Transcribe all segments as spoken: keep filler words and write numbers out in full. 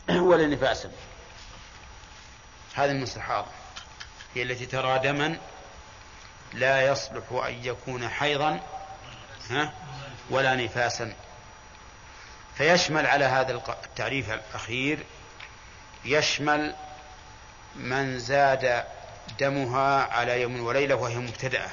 ولا نفاسا. هذه المستحاضة هي التي ترى دما لا يصلح أن يكون حيضا ها ولا نفاسا. فيشمل على هذا التعريف الأخير يشمل من زاد دمها على يوم وليلة وهي مبتدأة،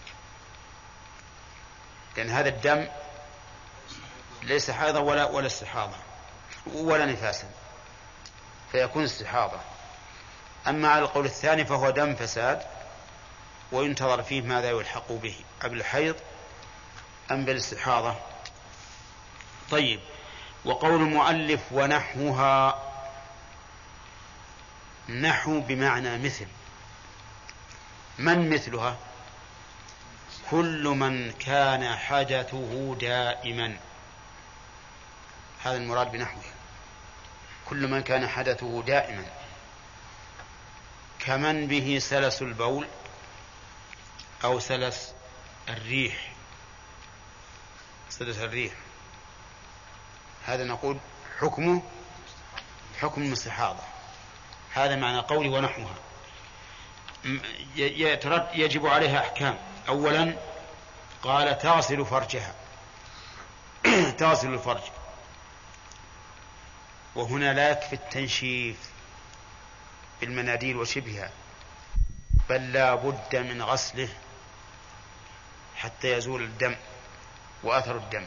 لأن هذا الدم ليس حيضا ولا ولا استحاضة ولا نفاسا، فيكون استحاضة. أما على القول الثاني فهو دم فساد، وينتظر فيه ماذا يلحق به، قبل الحيض أم بالاستحاضة. طيب، وقول المؤلف ونحوها، نحو بمعنى مثل. من مثلها؟ كل من كان حدثه دائما، هذا المراد بنحوه، كل من كان حدثه دائما، كمن به سلس البول أو سلس الريح. سلس الريح هذا نقول حكمه حكم المستحاضة. هذا معنى قولي ونحوها. يجب عليها أحكام. أولا قال تغسل فرجها تغسل الفرج، وهنا لا يكفي التنشيف بالمناديل وشبهها، بل لا بد من غسله حتى يزول الدم وأثر الدم.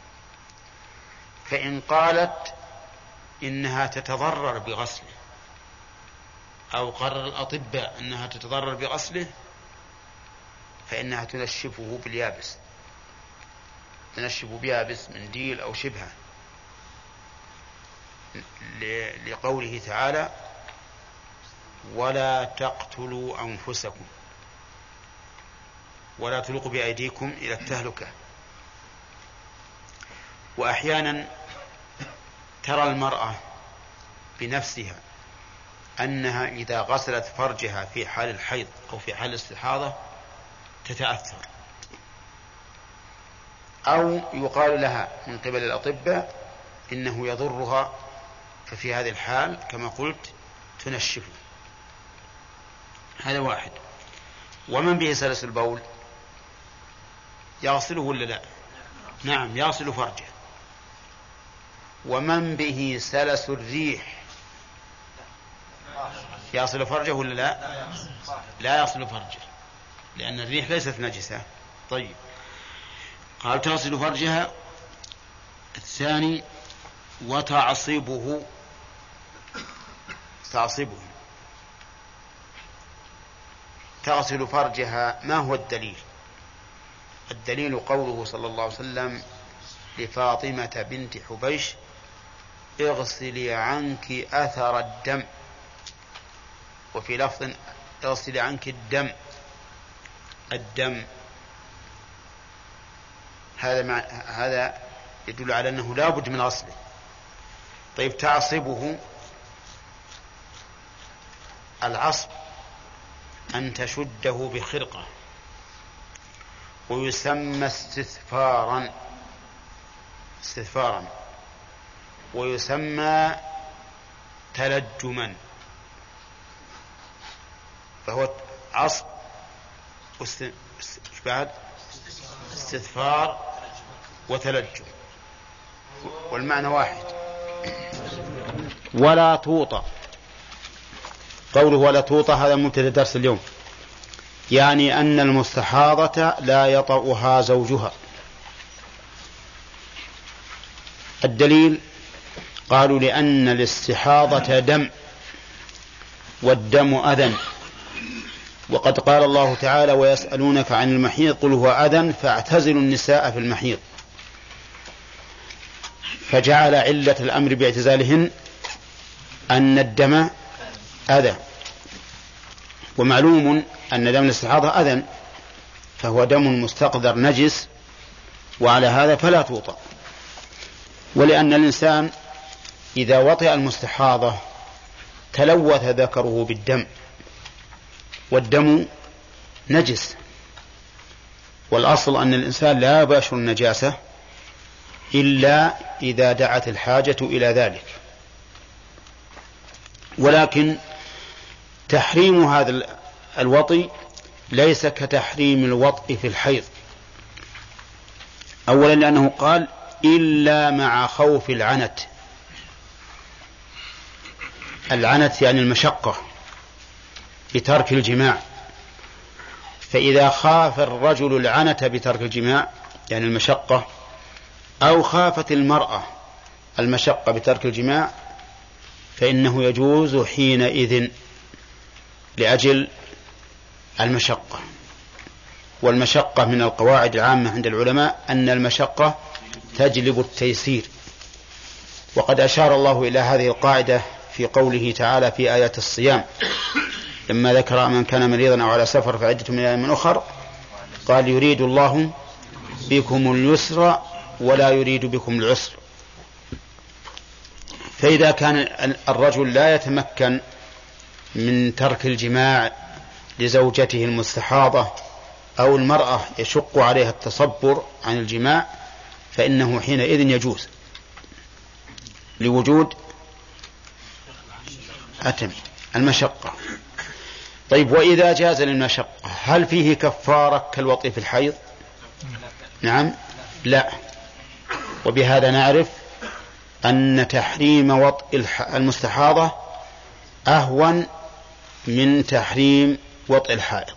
فإن قالت إنها تتضرر بغسله، أو قرر الأطباء أنها تتضرر بغسله، فإنها تنشفه باليابس، تنشف بيابس منديل أو شبهه، لقوله تعالى ولا تقتلوا أنفسكم ولا تلقوا بأيديكم إلى التهلكة. وأحيانا ترى المرأة بنفسها أنها إذا غسلت فرجها في حال الحيض أو في حال الاستحاضة تتأثر، أو يقال لها من قبل الأطباء إنه يضرها، ففي هذه الحال كما قلت تنشفه. هذا واحد. ومن به سلس البول يغسله ولا لا؟ نعم، يغسل فرجه. ومن به سلس الريح يغسل فرجه ولا لا؟ لا يغسل فرجه، لأن الريح ليست نجسة. طيب، قال تغسل فرجها. الثاني وتعصبه تعصبه تغسل فرجها. ما هو الدليل؟ الدليل قوله صلى الله عليه وسلم لفاطمة بنت حبيش اغسلي عنك أثر الدم، وفي لفظ اغسلي عنك الدم الدم هذا مع... هذا يدل على أنه لا بد من غسله. طيب، تعصبه، العصب أن تشده بخرقة، ويسمى استثفارا استثفارا ويسمى تلجما، فهو عصب واست... بعد استثفار وتلجم، والمعنى واحد. ولا توطى، قوله ولا توطى هذا مبتدأ درس اليوم، يعني أن المستحاضة لا يطأها زوجها. الدليل قالوا لأن الاستحاضة دم، والدم أذى، وقد قال الله تعالى ويسألونك عن المحيض قل هو أذى فاعتزلوا النساء في المحيض، فجعل علة الأمر باعتزالهن أن الدم أذى. ومعلوم أن دم الاستحاضة أذى، فهو دم مستقذر نجس، وعلى هذا فلا توطأ. ولأن الإنسان إذا وطئ المستحاضة تلوث ذكره بالدم، والدم نجس، والأصل أن الإنسان لا يباشر النجاسة إلا إذا دعت الحاجة إلى ذلك. ولكن تحريم هذا الوطي ليس كتحريم الوطء في الحيض. أولا لأنه قال إلا مع خوف العنت. العنت يعني المشقة في ترك الجماع، فإذا خاف الرجل العنت بترك الجماع يعني المشقة، أو خافت المرأة المشقة بترك الجماع، فإنه يجوز حينئذ لأجل المشقة. والمشقة من القواعد العامة عند العلماء أن المشقة تجلب التيسير، وقد أشار الله إلى هذه القاعدة في قوله تعالى في آيات الصيام لما ذكر من كان مريضا أو على سفر فعدة من أيام أخر قال يريد الله بكم اليسر ولا يريد بكم العسر. فإذا كان الرجل لا يتمكن من ترك الجماع لزوجته المستحاضة أو المرأة يشق عليها التصبر عن الجماع فإنه حينئذ يجوز لوجود أتم المشقة. طيب وإذا جاز للمشقة هل فيه كفارة كالوطء في الحيض؟ نعم لا. وبهذا نعرف أن تحريم وطء المستحاضة أهون من تحريم وطء الحائض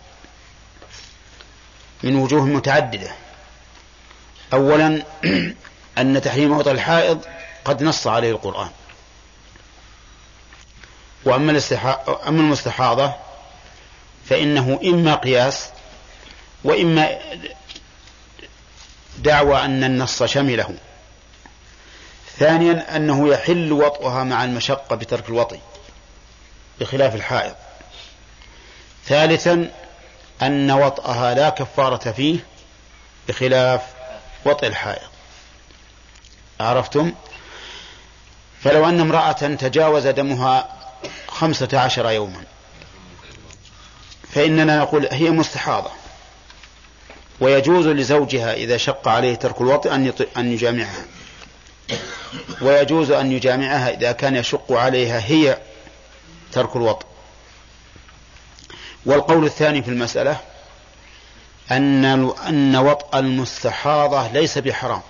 من وجوه متعددة. أولا أن تحريم وطء الحائض قد نص عليه القرآن، وأما المستحاضة فإنه إما قياس وإما دعوى أن النص شمله. ثانيا أنه يحل وطئها مع المشقة بترك الوطئ بخلاف الحائض. ثالثا أن وطئها لا كفارة فيه بخلاف وطئ الحائض. عرفتم؟ فلو أن امرأة تجاوز دمها خمسة عشر يوما فإننا نقول هي مستحاضة ويجوز لزوجها إذا شق عليه ترك الوطئ أن يجامعها، ويجوز أن يجامعها إذا كان يشق عليها هي ترك الوطئ. والقول الثاني في المسألة أن أن وطئ المستحاضة ليس بحرام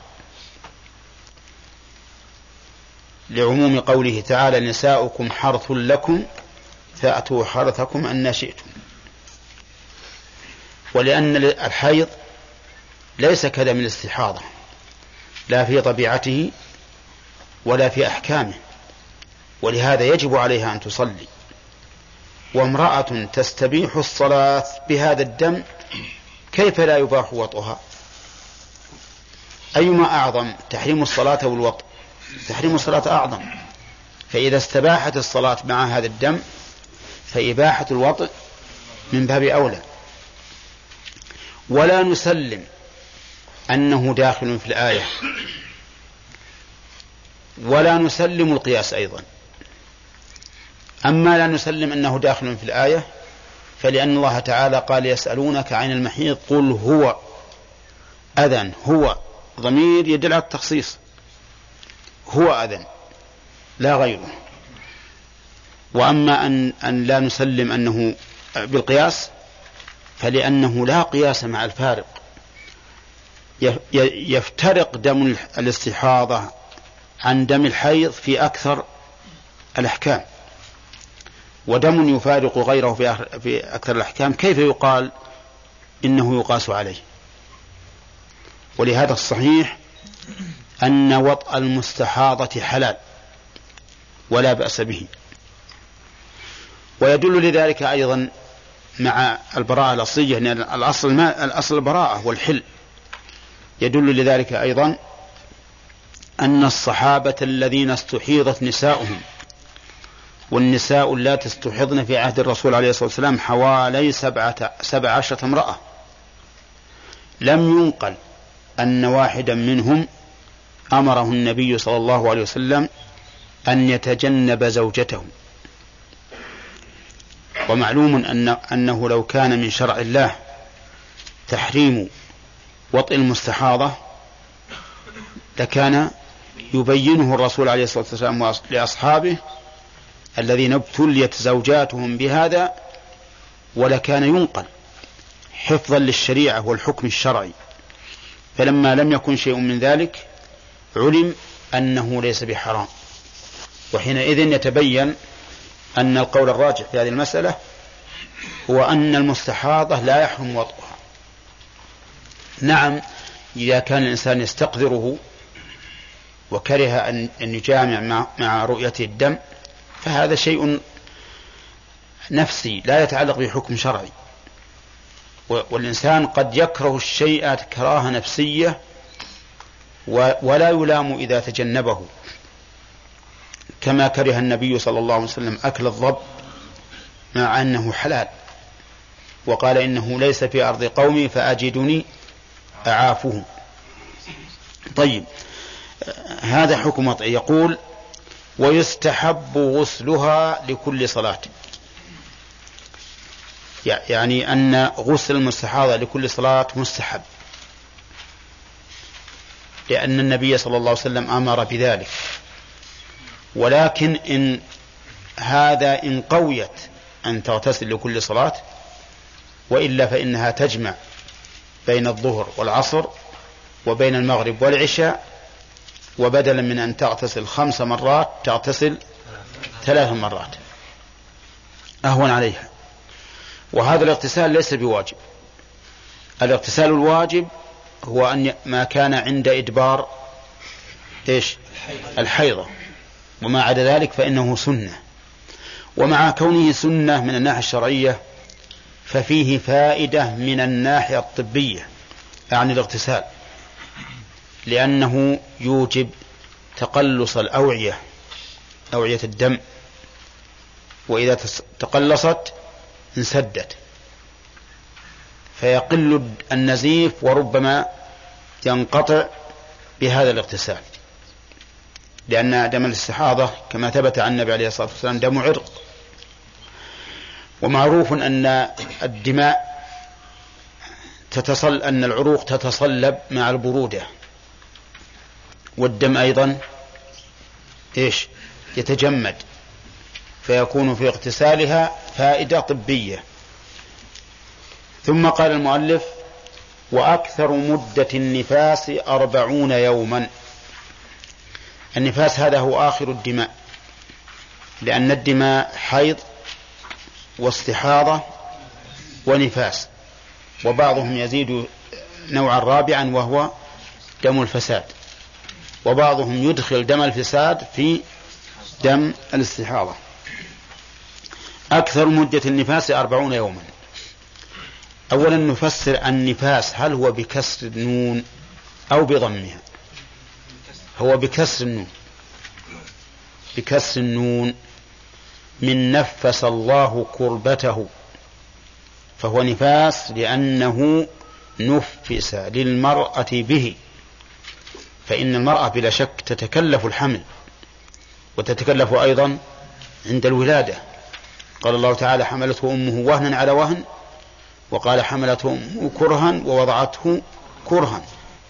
لعموم قوله تعالى نساؤكم حرث لكم فأتوا حرثكم أن شئتم. ولأن الحيض ليس كذا من الاستحاضة لا في طبيعته ولا في أحكامه، ولهذا يجب عليها أن تصلي. وامرأة تستبيح الصلاة بهذا الدم كيف لا يباح وطئها؟ أيما أعظم تحريم الصلاة والوطئ؟ تحريم الصلاة أعظم. فإذا استباحت الصلاة مع هذا الدم فإباحة الوطئ من باب أولى. ولا نسلم أنه داخل في الآية، ولا نسلم القياس أيضا. أما لا نسلم أنه داخل في الآية فلأن الله تعالى قال يسألونك عن المحيض قل هو أذن. هو ضمير يدل على التخصيص، هو أذن لا غيره. وأما أن, أن لا نسلم أنه بالقياس فلأنه لا قياس مع الفارق. يفترق دم الاستحاضة عن دم الحيض في أكثر الأحكام، ودم يفارق غيره في أكثر الأحكام كيف يقال إنه يقاس عليه؟ ولهذا الصحيح أن وطئ المستحاضة حلال ولا بأس به. ويدل لذلك أيضا مع البراءة الأصلية أن الأصل ما الأصل البراءة والحل. يدل لذلك أيضا أن الصحابة الذين استحيضت نساؤهم، والنساء اللاتي استحضن في عهد الرسول عليه الصلاة والسلام حوالي سبعة سبع عشرة امرأة، لم ينقل أن واحدا منهم أمره النبي صلى الله عليه وسلم أن يتجنب زوجته. ومعلوم أن أنه لو كان من شرع الله تحريم وطئ المستحاضة لكان يبينه الرسول عليه الصلاة والسلام لأصحابه الذين ابتليت زوجاتهم بهذا، ولكان ينقل حفظا للشريعة والحكم الشرعي، فلما لم يكن شيء من ذلك علم أنه ليس بحرام، وحينئذ يتبين أن القول الراجح في هذه المسألة هو أن المستحاضة لا يحرم وطئها. نعم، إذا كان الإنسان يستقذره وكره أن يجامع مع رؤية الدم فهذا شيء نفسي لا يتعلق بحكم شرعي، والإنسان قد يكره الشيء كراهة نفسية ولا يلام إذا تجنبه، كما كره النبي صلى الله عليه وسلم أكل الضب مع أنه حلال، وقال إنه ليس في أرض قومي فأجدني أعافه. طيب، هذا حكم وطئ. يقول ويستحب غسلها لكل صلاة، يعني أن غسل المستحاضة لكل صلاة مستحب، لأن النبي صلى الله عليه وسلم أمر بذلك. ولكن إن هذا إن قويت أن تغتسل لكل صلاة، وإلا فإنها تجمع بين الظهر والعصر وبين المغرب والعشاء، وبدلا من أن تغتسل خمس مرات تغتسل ثلاث مرات أهون عليها. وهذا الاغتسال ليس بواجب. الاغتسال الواجب هو أن ما كان عند إدبار إيش؟ الحيضة، وما عدا ذلك فإنه سنة. ومع كونه سنة من الناحية الشرعية ففيه فائدة من الناحية الطبية عن الاغتسال، لأنه يوجب تقلص الأوعية، أوعية الدم، وإذا تقلصت انسدت فيقل النزيف، وربما ينقطع بهذا الاغتسال، لأن دم الاستحاضة كما ثبت عن النبي عليه الصلاة والسلام دم عرق. ومعروف أن الدماء تتصل أن العروق تتصلب مع البرودة، والدم أيضا إيش؟ يتجمد، فيكون في اغتسالها فائدة طبية. ثم قال المؤلف وأكثر مدة النفاس أربعون يوما. النفاس هذا هو آخر الدماء، لأن الدماء حيض واستحاضة ونفاس، وبعضهم يزيد نوعا رابعا وهو دم الفساد، وبعضهم يدخل دم الفساد في دم الاستحاضة. أكثر مدة النفاس أربعون يوما. أولا نفسر النفاس، هل هو بكسر النون أو بضمها؟ هو بكسر النون، بكسر النون، من نفس الله كربته، فهو نفاس لأنه نفس للمرأة به، فإن المرأة بلا شك تتكلف الحمل وتتكلف أيضا عند الولادة. قال الله تعالى حملته أمه وهنا على وهن، وقال حملته أمه كرها ووضعته كرها،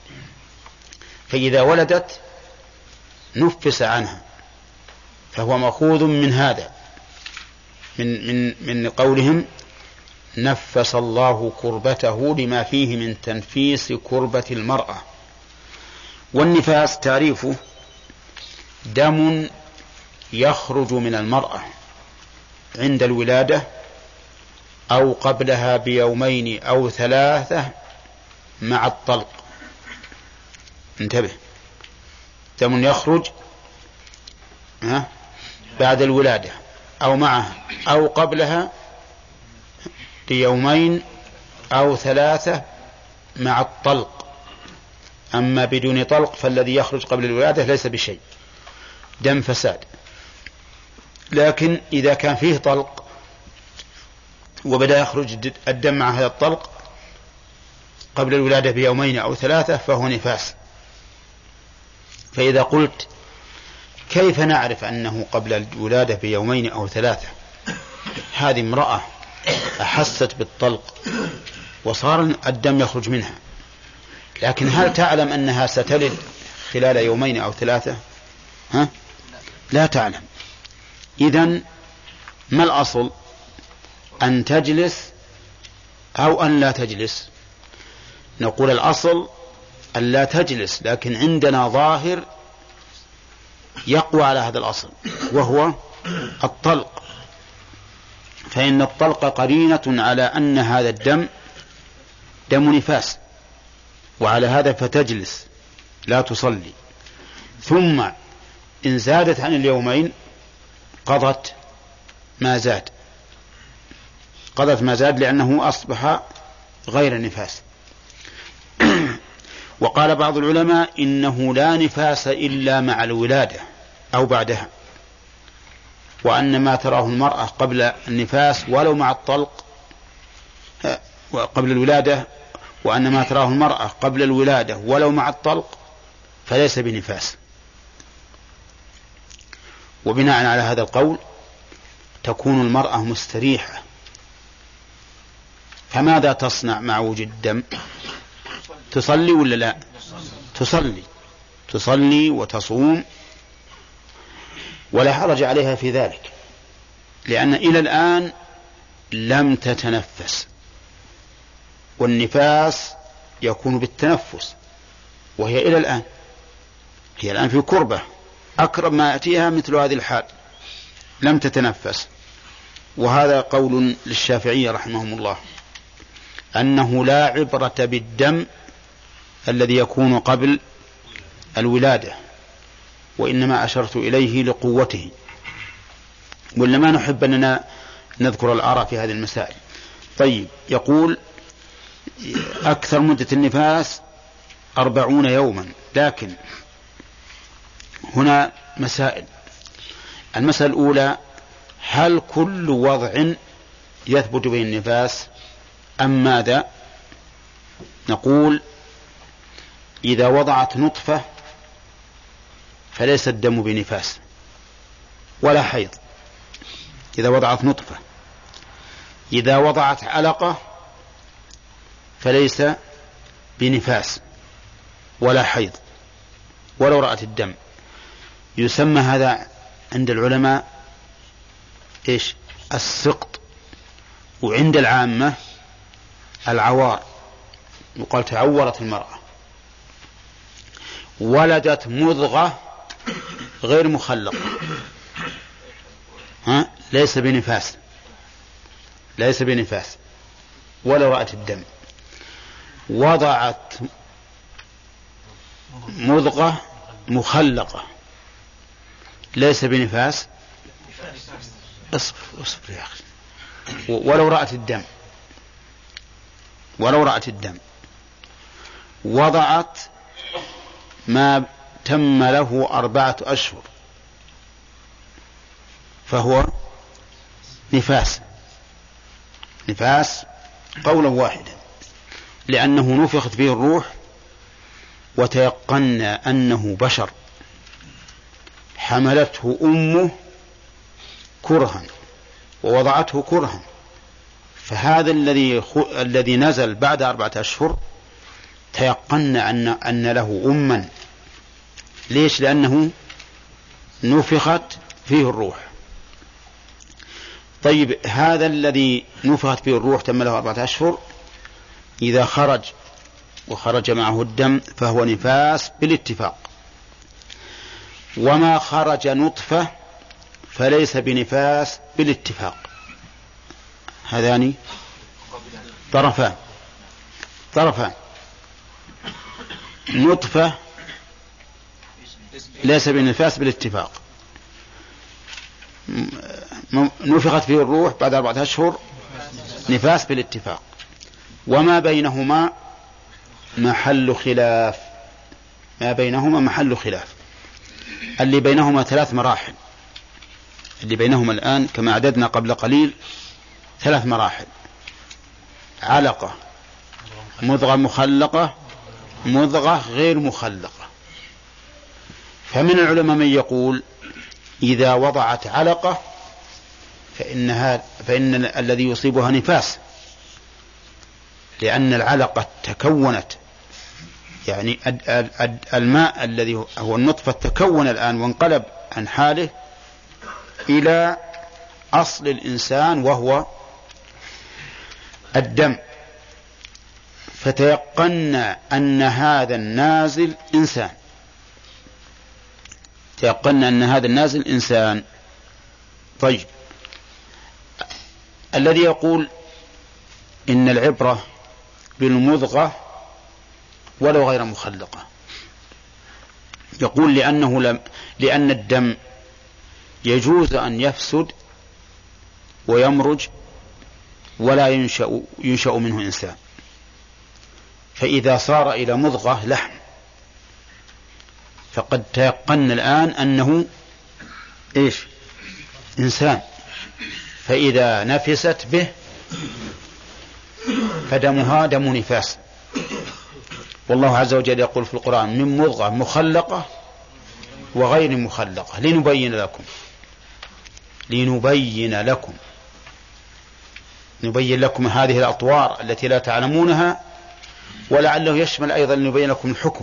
فإذا ولدت نفس عنها، فهو مأخوذ من هذا، من, من, من قولهم نفس الله كربته، لما فيه من تنفيس كربة المرأة. والنفاس تعريفه دم يخرج من المرأة عند الولادة أو قبلها بيومين أو ثلاثة مع الطلق. انتبه، دم يخرج بعد الولادة أو معها أو قبلها بيومين أو ثلاثة مع الطلق. أما بدون طلق فالذي يخرج قبل الولادة ليس بشيء، دم فساد. لكن إذا كان فيه طلق وبدأ يخرج الدم مع هذا الطلق قبل الولادة بيومين أو ثلاثة فهو نفاس. فإذا قلت كيف نعرف أنه قبل الولادة بيومين أو ثلاثة؟ هذه امرأة أحست بالطلق وصار الدم يخرج منها، لكن هل تعلم أنها ستلد خلال يومين أو ثلاثة؟ ها؟ لا تعلم. إذن ما الأصل؟ أن تجلس أو أن لا تجلس. نقول الأصل أن لا تجلس، لكن عندنا ظاهر يقوى على هذا الأصل وهو الطلق، فإن الطلق قرينة على أن هذا الدم دم نفاس، وعلى هذا فتجلس لا تصلي. ثم إن زادت عن اليومين قضت ما زاد، قضت ما زاد لأنه أصبح غير نفاس. وقال بعض العلماء إنه لا نفاس إلا مع الولادة أو بعدها، وأن ما تراه المرأة قبل النفاس ولو مع الطلق قبل الولادة، وأن ما تراه المرأة قبل الولادة ولو مع الطلق فليس بنفاس. وبناء على هذا القول تكون المرأة مستريحة. فماذا تصنع مع وجود الدم؟ تصلي ولا لا؟ تصلي تصلي وتصوم، ولا حرج عليها في ذلك، لأن إلى الآن لم تتنفس، والنفاس يكون بالتنفس، وهي إلى الآن هي الآن في كربة، أقرب ما يأتيها مثل هذه الحال، لم تتنفس. وهذا قول للشافعية رحمهم الله، أنه لا عبرة بالدم الذي يكون قبل الولادة، وإنما أشرت إليه لقوته، ولا ما نحب أننا نذكر الآراء في هذه المسائل. طيب، يقول أكثر مدة النفاس أربعون يوما، لكن هنا مسائل. المسألة الأولى: هل كل وضع يثبت به النفاس أم ماذا؟ نقول إذا وضعت نطفة فليس الدم بنفاس ولا حيض، إذا وضعت نطفة. إذا وضعت علقة فليس بنفاس ولا حيض ولو رأت الدم. يسمى هذا عند العلماء إيش؟ السقط، وعند العامة العوار، يقال تعورت المرأة. ولدت مضغة غير مخلقة، ها؟ ليس بنفاس، ليس بنفاس ولو رأت الدم. وضعت مضغة مخلقة ليس بنفاس، اصبر اصبر يا أخي، ولو رأت الدم، ولو رأت الدم. وضعت ما تم له أربعة أشهر فهو نفاس، نفاس قولا واحدا، لأنه نفخت فيه الروح وتيقنا أنه بشر، حملته أمه كرها ووضعته كرها. فهذا الذي الذي نزل بعد أربعة أشهر تيقنا أن أن له أما. ليش؟ لأنه نفخت فيه الروح. طيب، هذا الذي نفخت فيه الروح تم له أربعة أشهر، إذا خرج وخرج معه الدم فهو نفاس بالاتفاق. وما خرج نطفة فليس بنفاس بالاتفاق. هذان طرفان طرفان نطفة ليس بنفاس بالاتفاق، نفخت فيه الروح بعد أربعة أشهر نفاس بالاتفاق. وما بينهما محل خلاف، ما بينهما محل خلاف. اللي بينهما ثلاث مراحل، اللي بينهما الآن كما عددنا قبل قليل ثلاث مراحل: علقة، مضغة مخلقة، مضغة غير مخلقة. فمن العلماء من يقول إذا وضعت علقة فإنها فإن الذي يصيبها نفاس، لأن العلقة تكونت، يعني الماء الذي هو النطفة تكون الآن وانقلب عن حاله إلى أصل الإنسان وهو الدم، فتيقنا أن هذا النازل إنسان، تيقنا أن هذا النازل إنسان. طيب، الذي يقول إن العبرة بالمضغة ولو غير مخلقة، يقول لأنه لم لأن الدم يجوز أن يفسد ويمرج ولا ينشأ, ينشأ منه إنسان، فإذا صار إلى مضغة لحم فقد تيقن الآن أنه إيش؟ إنسان، فإذا نفست به فدمها دم نفاس. والله عز وجل يقول في القرآن من مضغة مخلقة وغير مخلقة لنبين لكم لنبين لكم نبين لكم هذه الأطوار التي لا تعلمونها، ولعله يشمل أيضا لنبين لكم الحكم.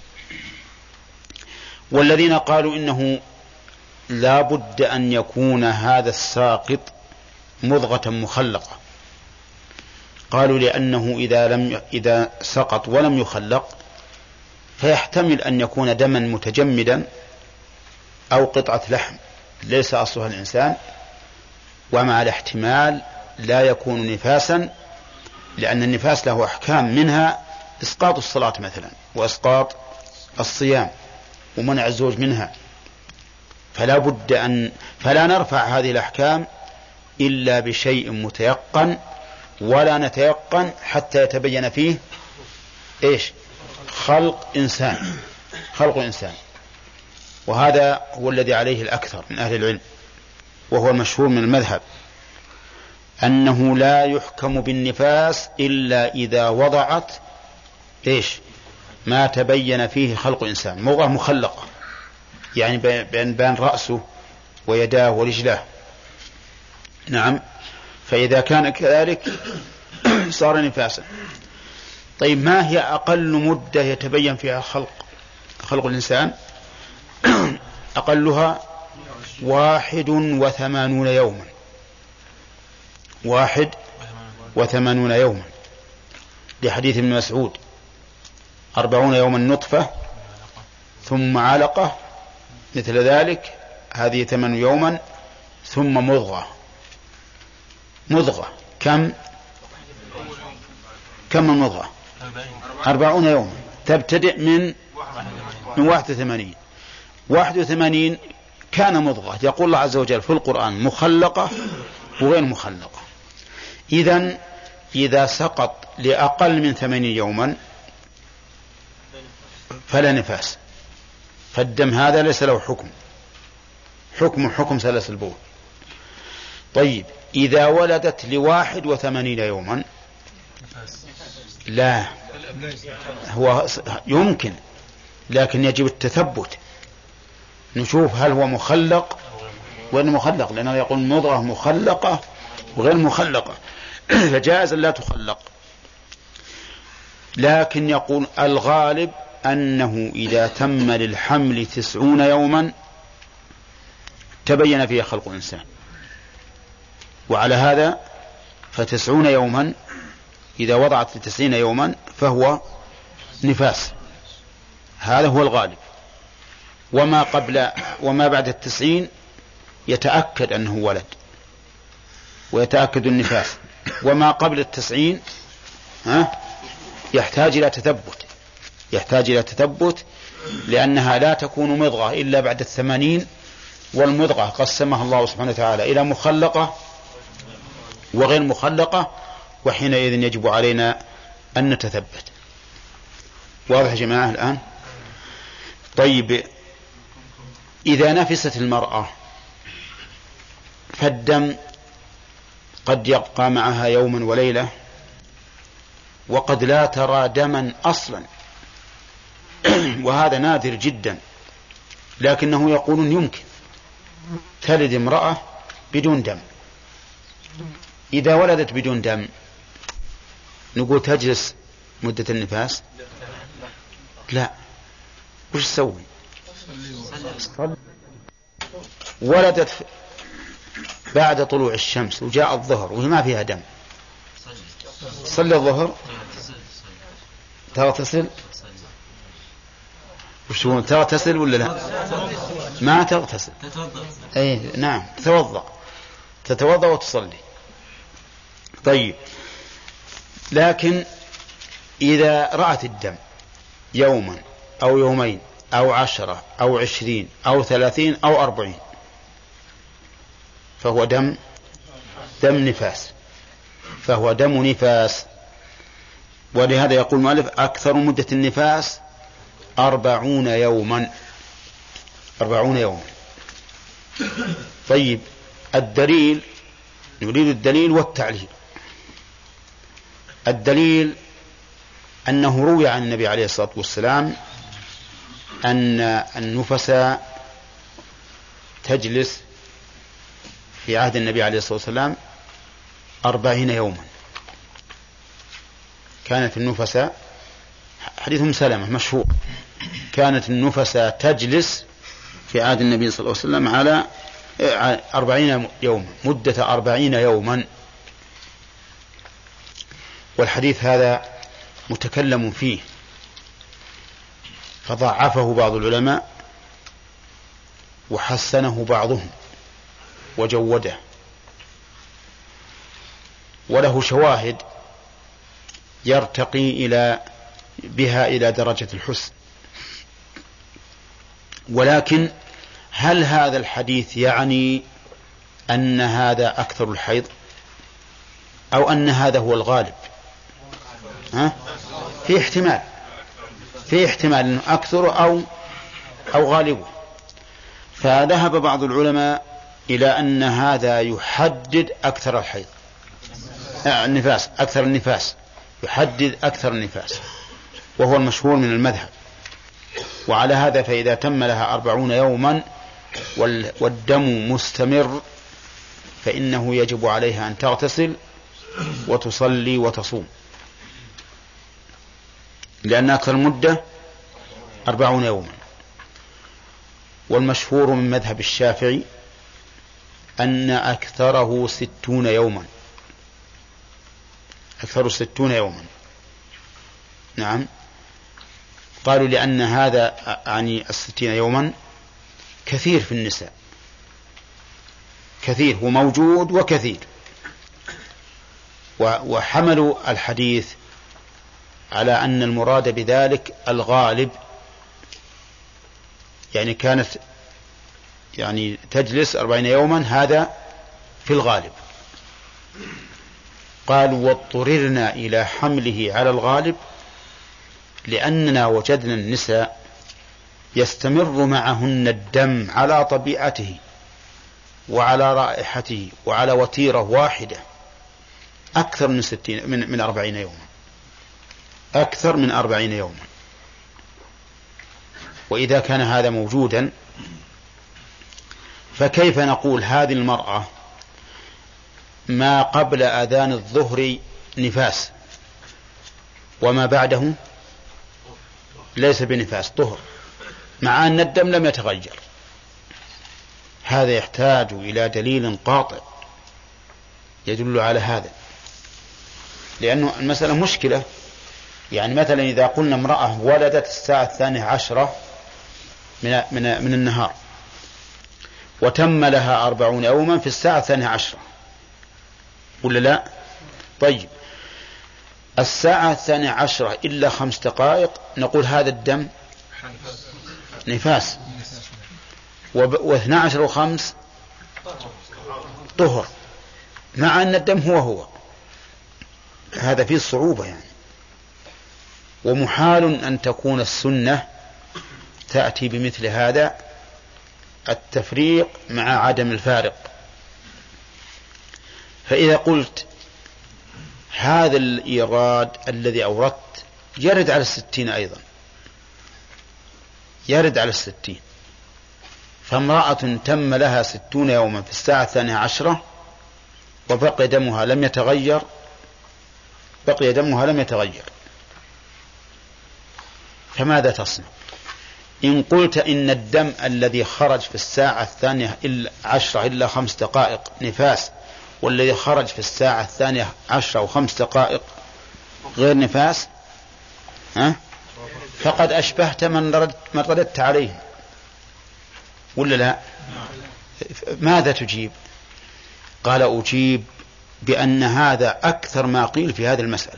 والذين قالوا إنه لا بد أن يكون هذا الساقط مضغة مخلقة، قالوا لأنه إذا لم إذا سقط ولم يخلق فيحتمل أن يكون دما متجمدا أو قطعة لحم ليس أصلها الإنسان، ومع الاحتمال لا يكون نفاسا، لأن النفاس له أحكام، منها إسقاط الصلاة مثلا وإسقاط الصيام ومنع الزوج منها، فلا بد أن فلا نرفع هذه الأحكام إلا بشيء متيقن، ولا نتيقن حتى يتبين فيه إيش؟ خلق إنسان خلق إنسان وهذا هو الذي عليه الأكثر من أهل العلم، وهو المشهور من المذهب، أنه لا يحكم بالنفاس إلا إذا وضعت إيش؟ ما تبين فيه خلق إنسان، مضغة مخلقة، يعني بين بين رأسه ويداه ورجلاه. نعم، فإذا كان كذلك صار نفاسا. طيب، ما هي أقل مدة يتبين فيها خلق خلق الإنسان؟ أقلها واحد وثمانون يوما واحد وثمانون يوما لحديث ابن مسعود أربعون يوما نطفة ثم علقة مثل ذلك، هذه ثمان يوما، ثم مضغة مضغة كم كم المضغة؟ أربعون يوما، تبتدئ من من واحد وثمانين واحد وثمانين كان مضغة. يقول الله عز وجل في القرآن مخلقة وغير مخلقة. إذن إذا سقط لأقل من ثمانين يوما فلا نفاس، فالدم هذا ليس له حكم حكم حكم سلس البول. طيب، إذا ولدت لواحد وثمانين يوما لا، هو يمكن، لكن يجب التثبت، نشوف هل هو مخلق وغير مخلق، لأنه يقول مضغة مخلقة وغير مخلقة فجائز لا تخلق. لكن يقول الغالب أنه إذا تم للحمل تسعون يوما تبين فيه خلق الإنسان، وعلى هذا فتسعون يوما إذا وضعت لتسعين يوما فهو نفاس، هذا هو الغالب. وما قبل وما بعد التسعين يتأكد أنه ولد ويتأكد النفاس، وما قبل التسعين ها يحتاج إلى تثبت يحتاج إلى تثبت لأنها لا تكون مضغة إلا بعد الثمانين، والمضغة قسمها الله سبحانه وتعالى إلى مخلقة وغير مخلقة، وحينئذ يجب علينا أن نتثبت. واضح يا جماعة الآن؟ طيب، إذا نفست المرأة فالدم قد يبقى معها يوما وليلة، وقد لا ترى دما أصلا وهذا نادر جدا، لكنه يقولون يمكن تلد امرأة بدون دم. إذا ولدت بدون دم نقول تجلس مدة النفاس؟ لا، وش تسوي؟ ولدت بعد طلوع الشمس وجاء الظهر وما فيها دم، صلي الظهر تغتسل؟ وشو تغتسل ولا لا؟ ما تغتسل. اي نعم، تتوضأ تتوضأ وتصلي. طيب، لكن إذا رأت الدم يوما أو يومين أو عشرة أو عشرين أو ثلاثين أو أربعين فهو دم دم نفاس، فهو دم نفاس. ولهذا يقول المؤلف أكثر مدة النفاس أربعون يوما أربعون يوما. طيب، الدليل، نريد الدليل والتعليل. الدليل أنه روي عن النبي عليه الصلاة والسلام أن النفس تجلس في عهد النبي عليه الصلاة والسلام أربعين يوما. كانت النفس، حديث أم سلمة مشهور، كانت النفس تجلس في عهد النبي صلى الله عليه وسلم على أربعين يوما، مدة أربعين يوما. والحديث هذا متكلم فيه فضعفه بعض العلماء وحسنه بعضهم وجوده، وله شواهد يرتقي إلى بها إلى درجة الحسن. ولكن هل هذا الحديث يعني أن هذا أكثر الحيض أو أن هذا هو الغالب؟ ها؟ في احتمال في احتمال أنه أكثر أو أو غالبه. فذهب بعض العلماء إلى أن هذا يحدد أكثر الحيض، النفاس، أكثر النفاس، يحدد أكثر النفاس، وهو المشهور من المذهب. وعلى هذا فإذا تم لها أربعون يوما والدم مستمر فإنه يجب عليها أن تغتسل وتصلي وتصوم، لأن أكثر المدة أربعون يوما. والمشهور من مذهب الشافعي أن أكثره ستون يوما، أكثر ستون يوما. نعم، قالوا لأن هذا يعني الستين يوما كثير في النساء، كثير وموجود وكثير، وحملوا الحديث على أن المراد بذلك الغالب، يعني كانت يعني تجلس أربعين يوما، هذا في الغالب. قالوا واضطررنا إلى حمله على الغالب لأننا وجدنا النساء يستمر معهن الدم على طبيعته وعلى رائحته وعلى وتيرة واحدة أكثر من ستين من, من أربعين يوما، أكثر من أربعين يوما. وإذا كان هذا موجودا فكيف نقول هذه المرأة ما قبل أذان الظهر نفاس وما بعده ليس بنفاس، طهر، مع أن الدم لم يتغير؟ هذا يحتاج إلى دليل قاطع يدل على هذا، لأنه المسألة مشكلة. يعني مثلا إذا قلنا امرأة ولدت الساعة الثانية عشرة من, من, من النهار وتم لها أربعون يوما في الساعة الثانية عشرة، ولا لا؟ طيب، الساعة الثانية عشرة إلا خمس دقائق نقول هذا الدم نفاس، واثنى عشر وخمس طهر، مع أن الدم هو هو. هذا فيه صعوبة يعني، ومحال أن تكون السنة تأتي بمثل هذا التفريق مع عدم الفارق. فإذا قلت هذا الإيراد الذي أوردت يرد على الستين أيضا، يرد على الستين، فامرأة تم لها ستون يوما في الساعة الثانية عشرة وبقي دمها لم يتغير، بقي دمها لم يتغير، فماذا تصنع؟ إن قلت إن الدم الذي خرج في الساعة الثانية إلا عشرة إلا خمس دقائق نفاس، والذي خرج في الساعة الثانية عشرة وخمس دقائق غير نفاس، ها؟ فقد أشبهت من ردت, من رددت عليه، ولا لا؟ ماذا تجيب؟ قال أجيب بأن هذا أكثر ما قيل في هذه المسألة،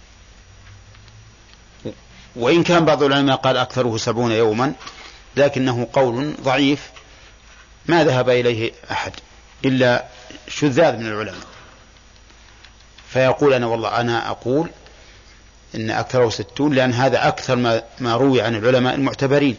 وإن كان بعض العلماء قال أكثره سبعون يوما، لكنه قول ضعيف ما ذهب إليه أحد إلا شذاذ من العلماء. فيقول أنا والله أنا أقول إن أكثره ستون، لأن هذا أكثر ما, ما روي عن العلماء المعتبرين،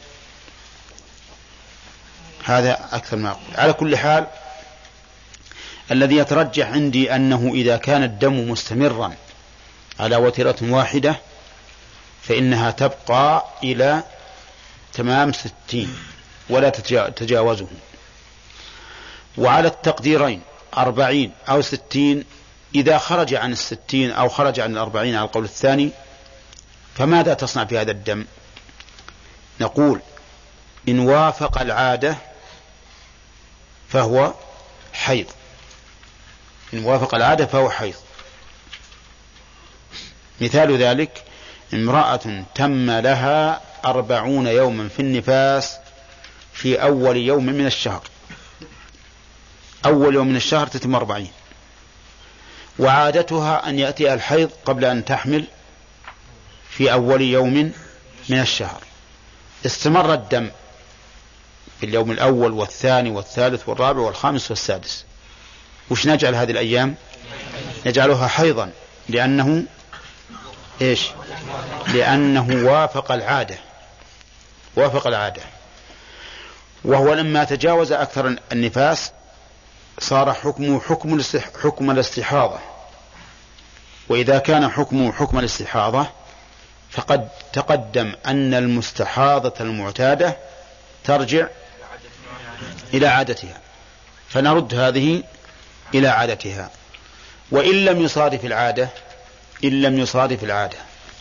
هذا أكثر ما أقول. على كل حال الذي يترجح عندي أنه إذا كان الدم مستمرا على وتيرة واحدة فإنها تبقى إلى تمام ستين ولا تتجاوزه. وعلى التقديرين أربعين أو ستين، إذا خرج عن الستين أو خرج عن الأربعين على القول الثاني، فماذا تصنع في هذا الدم؟ نقول إن وافق العادة فهو حيض، إن وافق العادة فهو حيض. مثال ذلك امرأة تم لها أربعون يوما في النفاس في أول يوم من الشهر، أول يوم من الشهر تتم أربعين، وعادتها أن يأتي الحيض قبل أن تحمل في أول يوم من الشهر. استمر الدم في اليوم الأول والثاني والثالث والرابع والخامس والسادس. وش نجعل هذه الأيام؟ نجعلها حيضا، لأنه إيش؟ لأنه وافق العادة، وافق العادة. وهو لما تجاوز أكثر النفاس صار حكمه حكم حكم الاستحاضة، وإذا كان حكمه حكم الاستحاضة فقد تقدم أن المستحاضة المعتادة ترجع إلى عادتها، فنرد هذه إلى عادتها. وإن لم يصادف العادة إن لم يصادف العادة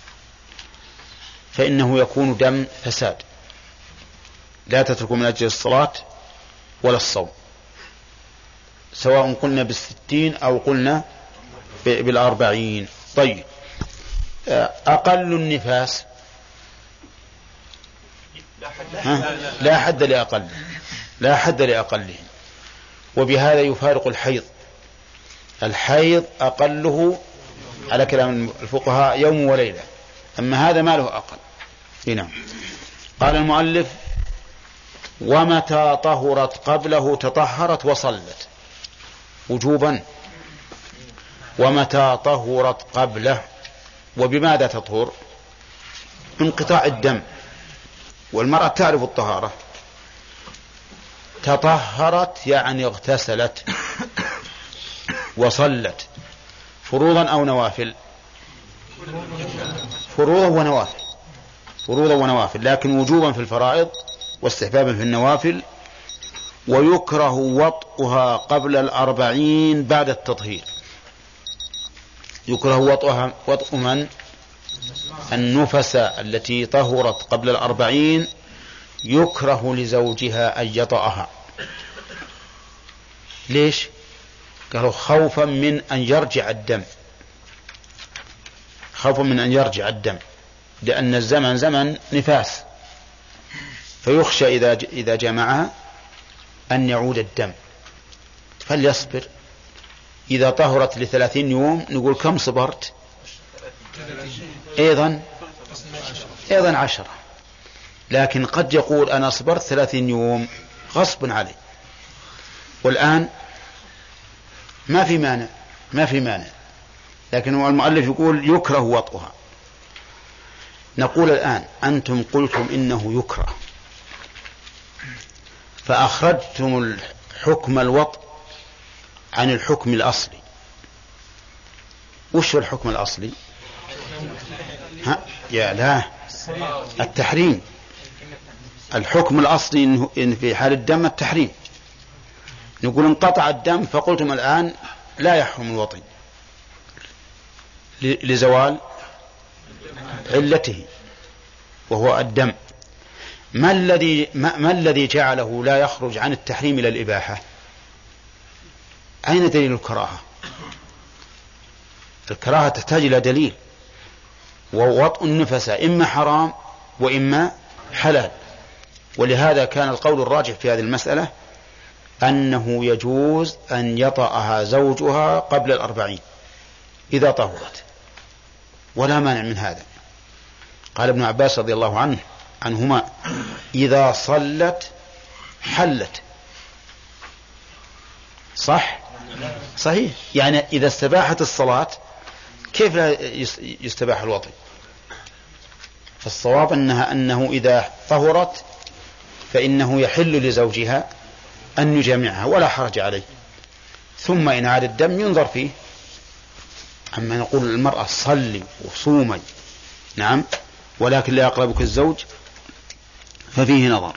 فإنه يكون دم فساد، لا تترك من أجل الصلاة ولا الصوم، سواء قلنا بالستين أو قلنا بالأربعين. طيب، أقل النفاس ها؟ لا حد لأقل، لا حد لأقله، وبهذا يفارق الحيض. الحيض أقله على كلام الفقهاء يوم وليلة، أما هذا ما له أقل. هنا قال المؤلف ومتى طهرت قبله تطهرت وصلت وجوبا. ومتى طهرت قبله، وبماذا تطهر؟ انقطاع الدم، والمرأة تعرف الطهارة. تطهرت يعني اغتسلت وصلت، فروضا أو نوافل؟ فروضا ونوافل، فروضا ونوافل، لكن وجوبا في الفرائض واستحبابا في النوافل. ويكره وطئها قبل الأربعين بعد التطهير. يكره وطئها، وطئ من؟ النفس التي طهرت قبل الأربعين يكره لزوجها أن يطأها. ليش؟ قالوا خوفا من أن يرجع الدم، خوفا من أن يرجع الدم، لأن الزمن زمن نفاس، فيخشى إذا إذا جمعها أن يعود الدم، فليصبر. إذا طهرت لثلاثين يوم نقول كم صبرت؟ أيضا أيضا عشرة. لكن قد يقول أنا صبرت ثلاثين يوم غصب علي، والآن ما في مانع، ما في مانع، لكن المؤلف يقول يكره وطئها. نقول الآن أنتم قلتم إنه يكره، فأخرجتم الحكم الوطء عن الحكم الأصلي. وش الحكم الأصلي؟ ها؟ يا لا، التحريم. الحكم الأصلي إن في حال الدم التحريم. نقول انقطع الدم، فقلتم الآن لا يحرم الوطي لزوال علته وهو الدم. ما الذي ما, ما الذي جعله لا يخرج عن التحريم إلى الإباحة؟ أين دليل الكراهة؟ الكراهة تحتاج إلى دليل، ووطء النفس إما حرام وإما حلال. ولهذا كان القول الراجح في هذه المسألة أنه يجوز أن يطأها زوجها قبل الأربعين إذا طهرت، ولا مانع من هذا. قال ابن عباس رضي الله عنه عنهما: إذا صلت حلت. صح؟ صحيح. يعني إذا استباحت الصلاة كيف لا يستباح الوطي؟ فالصواب أنها أنه إذا طهرت فإنه يحل لزوجها أن يجامعها ولا حرج عليه، ثم إن عاد الدم ينظر فيه. أما نقول المرأة صلي وصومي نعم ولكن لا يقربك الزوج ففيه نظر.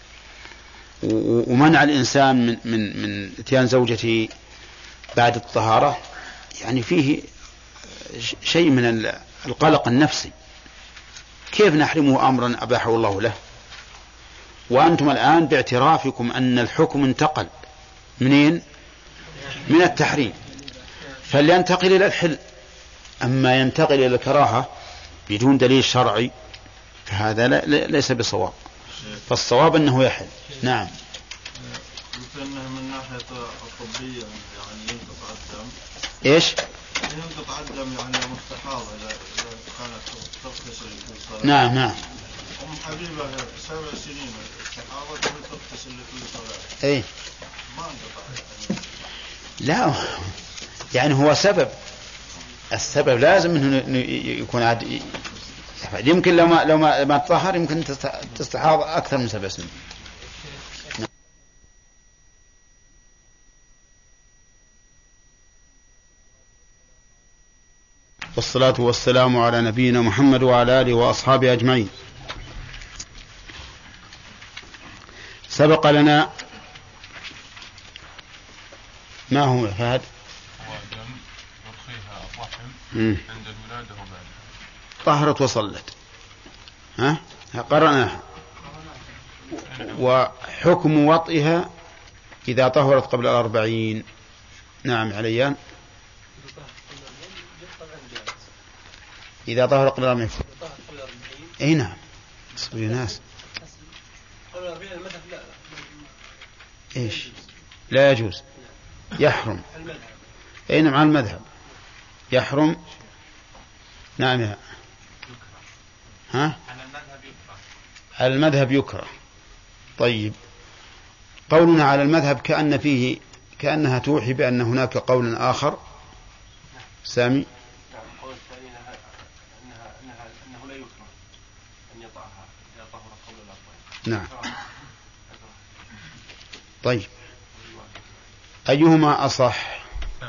ومنع الإنسان من من من اتيان زوجته بعد الطهارة يعني فيه شيء من القلق النفسي. كيف نحرمه أمرا أباحه الله له؟ وأنتم الآن باعترافكم أن الحكم انتقل منين؟ من التحريم، فلينتقل إلى الحل. أما ينتقل إلى الكراهة بدون دليل شرعي فهذا ليس بصواب، فالصواب أنه يحل. نعم. يمكنه من ناحية الطبية يعني ينقطع الدم. إيش؟ ينقطع الدم يعني مستحاضة إذا كانت تغتسل في الصلاة. نعم نعم. أم حبيبة سبع سنين استحاضة تغتسل في الصلاة. إيه. ما انقطع يعني. لا يعني هو سبب، السبب لازم انه يكون عاد. يمكن لو ما لو ما ما تطهر يمكن تستحاض اكثر من سبع سنين. والصلاة والسلام على نبينا محمد وعلى آله وأصحابه أجمعين. سبق لنا ما هو فهد؟ هو دم يضخيها الرحم عند الولادة وبعدها. طهرت وصلت، ها قرأناها. وحكم وطئها إذا طهرت قبل الأربعين. نعم عليان. إذا طهر قبل الأربعين. أي نعم. اصبروا ناس. إيش؟ لا يجوز، يحرم. أي نعم على المذهب يحرم. نعم يا ها؟ على المذهب يكره. طيب قولنا على المذهب كأن فيه كأنها توحي بأن هناك قول آخر. سامي. القول الثاني أنها أنها أنه لا يكره أن يطأها إذا طهر قبل الأربعين. نعم. طيب أيهما أصح؟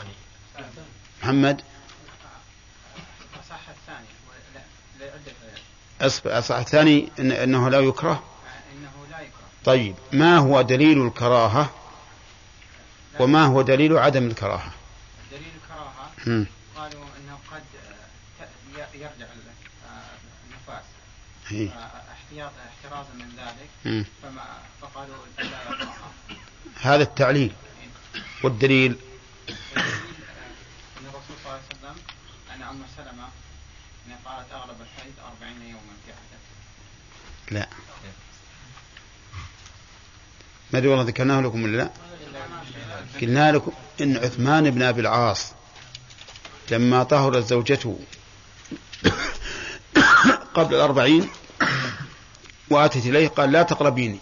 محمد. أصح الثاني. لا يعد. أصبح أصح الثاني إن أنه لا يكره. إنه لا يكره. طيب ما هو دليل الكراهة وما هو دليل عدم الكراهة؟ دليل الكراهة م. قالوا أنه قد يرجع النفاس احترازا من ذلك م. فما فقالوا لا يكراهها. هذا التعليل. والدليل أن الرسول صلى الله عليه وسلم أن أم سلمة أن قالت أغلب الحيض أربعين يوما في عهده. لا ما أدري والله ذكرناه لكم ولا لا. قلنا لكم إن عثمان بن أبي العاص لما طهرت زوجته قبل الأربعين وأتت إليه قال لا تقربيني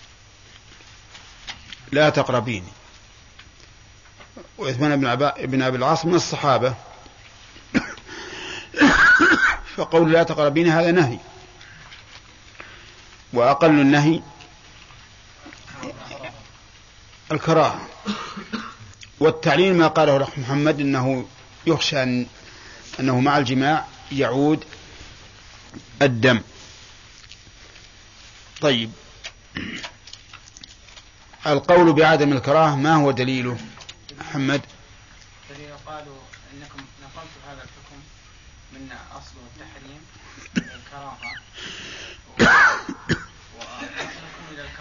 لا تقربيني. وعثمان بن أبي العاص من الصحابة، فقول لا تقربيني هذا نهي، وأقل النهي الكراهة. والتعليل ما قاله الأخ محمد إنه يخشى أن أنه مع الجماع يعود الدم. طيب القول بعدم الكراهة ما هو دليله محمد؟ دليل قالوا أنكم نقلتوا هذا الحكم من أصل التحريم الكراهة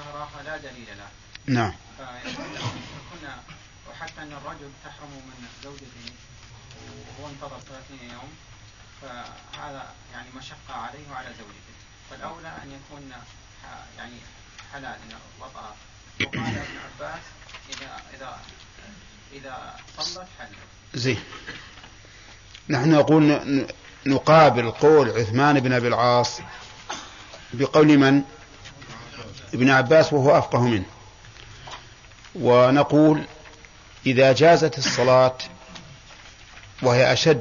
كراهة لا دليل له. نعم. كنا وحتى أن الرجل تحرم من زوجته وهو انتظر ثلاثين يوم، فهذا يعني مشقة عليه وعلى زوجته، فالأولى أن يكون يعني حلال وطأ. وقال ابن عباس إذا إذا إذا صلت حل. زين. نحن نقول نقابل قول عثمان بن أبي العاص بقول من؟ ابن عباس وهو أفقه منه، ونقول إذا جازت الصلاة وهي أشد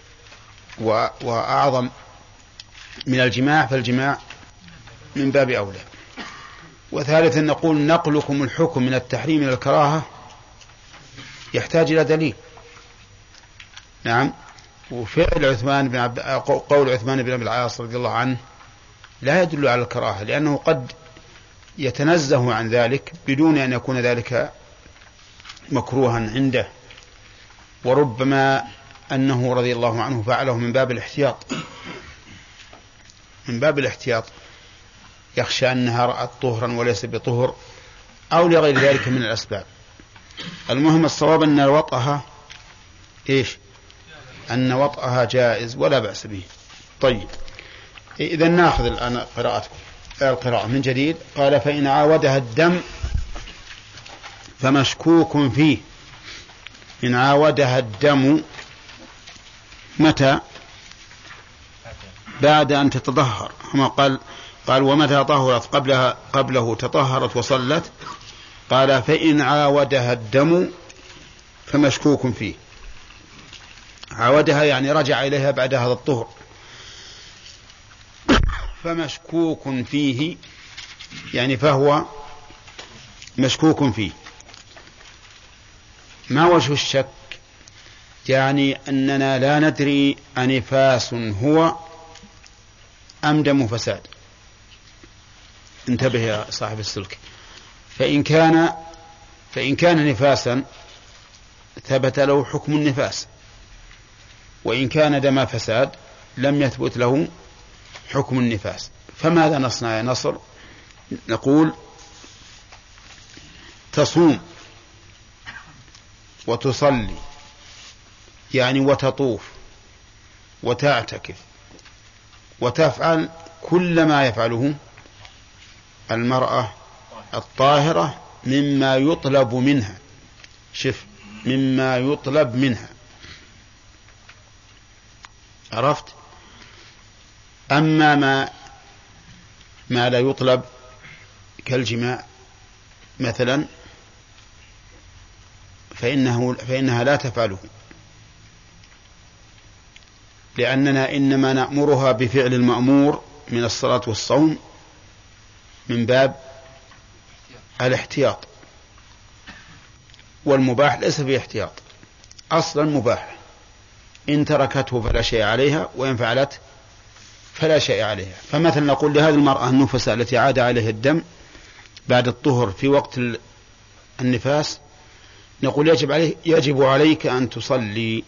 وأعظم من الجماع فالجماع من باب أولى. وثالثا نقول نقلكم الحكم من التحريم إلى الكراهة يحتاج إلى دليل. نعم. وفعل عثمان بن عب... قول عثمان بن أبي العاص رضي الله عنه لا يدل على الكراهة، لأنه قد يتنزه عن ذلك بدون أن يكون ذلك مكروها عنده، وربما أنه رضي الله عنه فعله من باب الاحتياط من باب الاحتياط يخشى أنها رأت طهرا وليس بطهر أو لغير ذلك من الأسباب. المهم الصواب أن وطئها إيش؟ أن وطئها جائز ولا بأس به. طيب إذا نأخذ الآن قراءتكم القراءة من جديد. قال فإن عاودها الدم فمشكوك فيه. إن عاودها الدم متى؟ بعد أن تتطهر. كما قال قال ومتى طهرت قبلها قبله تطهرت وصلت. قال فإن عاودها الدم فمشكوك فيه. عاودها يعني رجع إليها بعد هذا الطهر. فمشكوك فيه يعني فهو مشكوك فيه. ما وجه الشك؟ يعني أننا لا ندري أنفاس هو أم دم فساد. انتبه يا صاحب السلك. فإن كان فإن كان نفاسا ثبت له حكم النفاس، وإن كان دم فساد لم يثبت له حكم النفاس. فماذا نصنع يا نصر؟ نقول تصوم وتصلي يعني وتطوف وتعتكف وتفعل كل ما يفعله المرأة الطاهرة مما يطلب منها. شف مما يطلب منها. عرفت؟ أما ما ما لا يطلب كالجماع مثلا فإنه فإنها لا تفعله، لأننا إنما نأمرها بفعل المأمور من الصلاة والصوم من باب الاحتياط، والمباح ليس فيه احتياط، أصلا مباح. إن تركته فلا شيء عليها، وإن فعلت فلا شيء عليها. فمثلا نقول لهذه المرأة النفساء التي عاد عليها الدم بعد الطهر في وقت النفاس نقول يجب عليه يجب عليك أن تصلي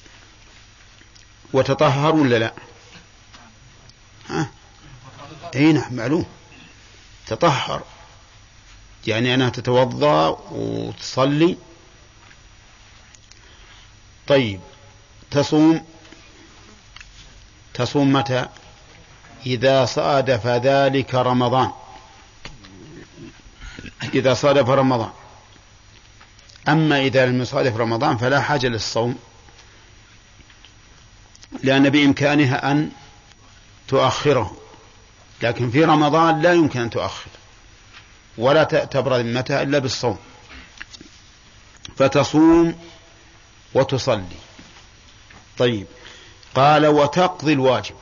وتطهر ولا لا؟ ها؟ أي نعم معلوم. تطهر يعني أنها تتوضأ وتصلي. طيب تصوم تصوم متى؟ إذا صادف ذلك رمضان. إذا صادف رمضان. أما إذا لم يصادف رمضان فلا حاجة للصوم، لأن بإمكانها أن تؤخره، لكن في رمضان لا يمكن أن تؤخر ولا تبرد ذمتها إلا بالصوم. فتصوم وتصلي. طيب قال وتقضي الواجب.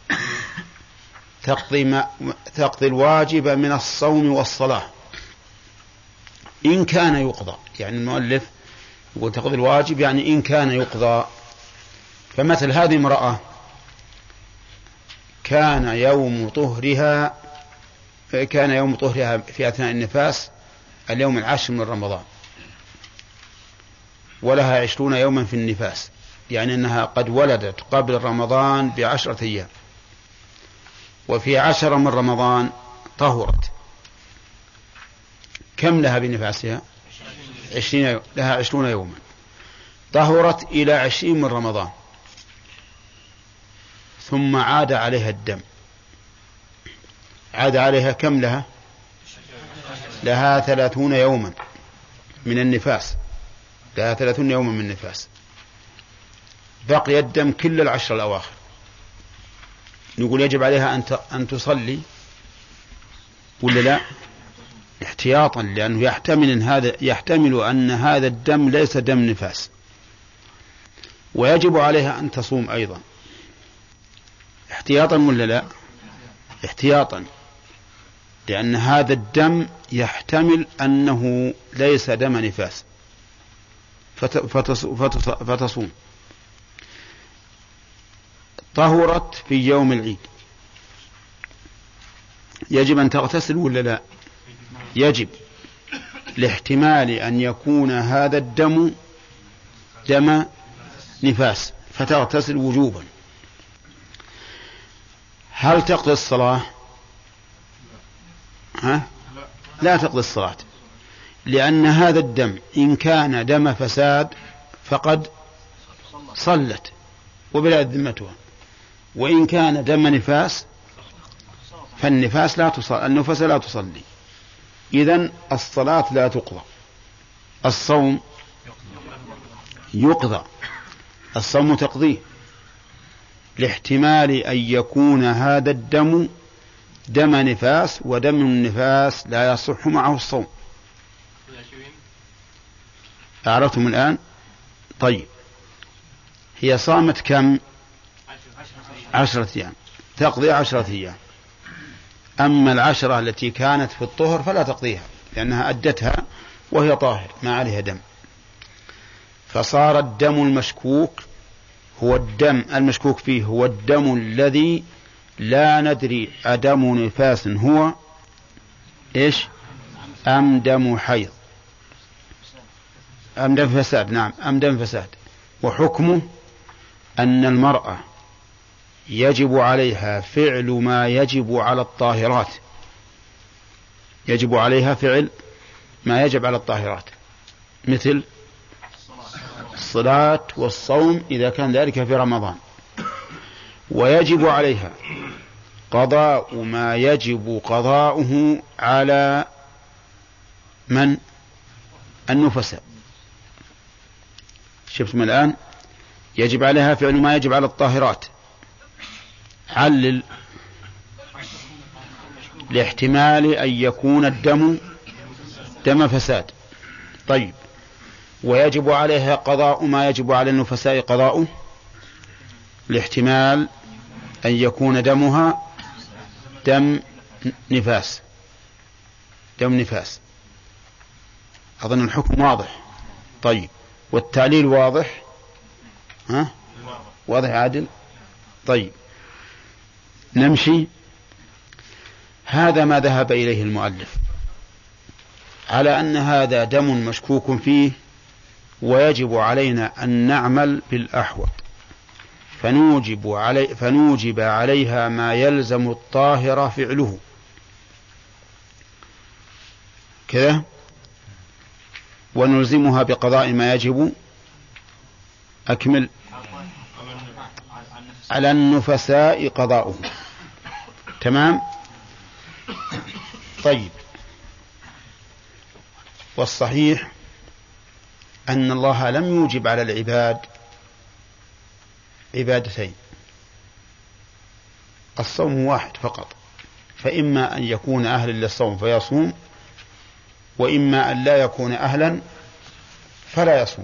تقضي, ما تقضي الواجب من الصوم والصلاة إن كان يقضى. يعني المؤلف يقول تقضي الواجب يعني إن كان يقضى. فمثل هذه امرأة كان يوم طهرها كان يوم طهرها في أثناء النفاس اليوم العاشر من رمضان، ولها عشرون يوما في النفاس، يعني أنها قد ولدت قبل رمضان بعشرة أيام، وفي عشرة من رمضان طهرت. كم لها بنفاسها؟ عشرين يوم، لها عشرون يوما. طهرت إلى عشرين من رمضان ثم عاد عليها الدم، عاد عليها كم لها؟ لها ثلاثون يوما من النفاس، لها ثلاثون يوما من النفاس. بقي الدم كل العشر الأواخر، نقول يجب عليها أن تصلي ولا لا؟ احتياطا، لأنه يحتمل أن هذا يحتمل أن هذا الدم ليس دم نفاس، ويجب عليها أن تصوم أيضا احتياطا ولا لا؟ احتياطا، لأن هذا الدم يحتمل أنه ليس دم نفاس فتصوم. طهرت في يوم العيد، يجب أن تغتسل ولا لا؟ يجب، لاحتمال أن يكون هذا الدم دم نفاس فتغتسل وجوبا. هل تقضي الصلاة؟ ها؟ لا تقضي الصلاة، لأن هذا الدم إن كان دم فساد فقد صلت وبلا ذمتها، وإن كان دم نفاس فالنفاس لا تصلي، النفاس لا تصلي. إذن الصلاة لا تقضى. الصوم يقضى، الصوم تقضيه، لاحتمال أن يكون هذا الدم دم نفاس، ودم النفاس لا يصح معه الصوم. أعرفتم الآن؟ طيب، هي صامت كم؟ عشرة أيام، تقضي عشرة أيام. أما العشرة التي كانت في الطهر فلا تقضيها، لأنها أدتها وهي طاهر ما عليها دم. فصار الدم المشكوك هو الدم المشكوك فيه هو الدم الذي لا ندري أدم نفاس هو إيش أم دم حيض أم دم فساد. نعم، أم دم فساد. وحكمه أن المرأة يجب عليها فعل ما يجب على الطاهرات، يجب عليها فعل ما يجب على الطاهرات، مثل الصلاة والصوم إذا كان ذلك في رمضان، ويجب عليها قضاء ما يجب قضاؤه على من؟ النفساء. شفتم الآن؟ يجب عليها فعل ما يجب على الطاهرات. علل لاحتمال أن يكون الدم دم فساد. طيب، ويجب عليها قضاء ما يجب على النفساء قضاؤه لاحتمال أن يكون دمها دم نفاس، دم نفاس. أظن الحكم واضح. طيب، والتعليل واضح؟ ها؟ واضح عادل؟ طيب، نمشي. هذا ما ذهب إليه المؤلف، على أن هذا دم مشكوك فيه، ويجب علينا أن نعمل بالأحوط، فنوجب, علي فنوجب عليها ما يلزم الطاهر فعله كذا، ونلزمها بقضاء ما يجب أكمل على النفساء قضاؤه. تمام. طيب، والصحيح أن الله لم يوجب على العباد عبادتين، الصوم واحد فقط، فإما أن يكون أهلا للصوم فيصوم، وإما أن لا يكون أهلا فلا يصوم.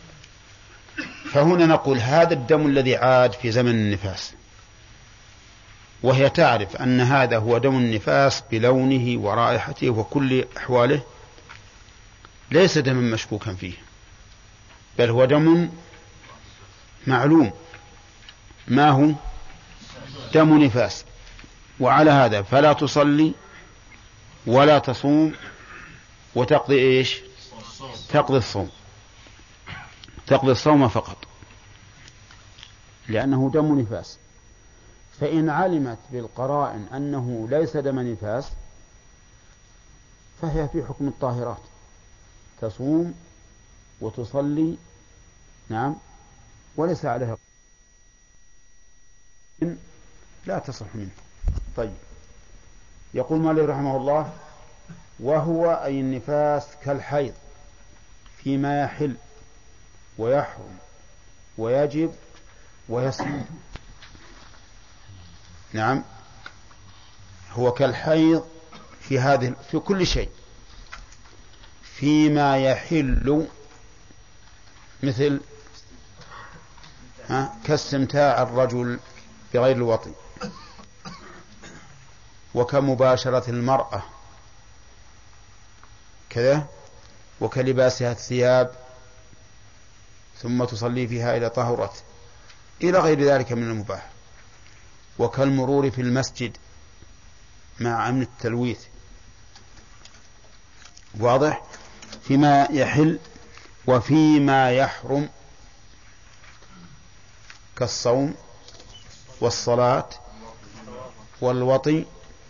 فهنا نقول هذا الدم الذي عاد في زمن النفاس، وهي تعرف أن هذا هو دم النفاس بلونه ورائحته وكل أحواله، ليس دما مشكوكا فيه، بل هو دم معلوم ما هو دم نفاس. وعلى هذا فلا تصلي ولا تصوم، وتقضي إيش؟ تقضي الصوم، تقضي الصوم فقط، لأنه دم نفاس. فإن علمت بالقرائن أنه ليس دم نفاس فهي في حكم الطاهرات، تصوم وتصلي، نعم، وليس عليها لا تصح منه. طيب، يقول مالك رحمه الله: وهو أي النفاس كالحيض فيما يحل ويحرم ويجب ويسقط. نعم، هو كالحيض في هذه في كل شيء، فيما يحل مثل كاستمتاع الرجل بغير الوطي، وكمباشرة المرأة كذا، وكلباسها الثياب ثم تصلي فيها إلى طهرت، إلى غير ذلك من المباح، وكالمرور في المسجد مع أمن التلويث. واضح؟ فيما يحل وفيما يحرم كالصوم والصلاة والوطي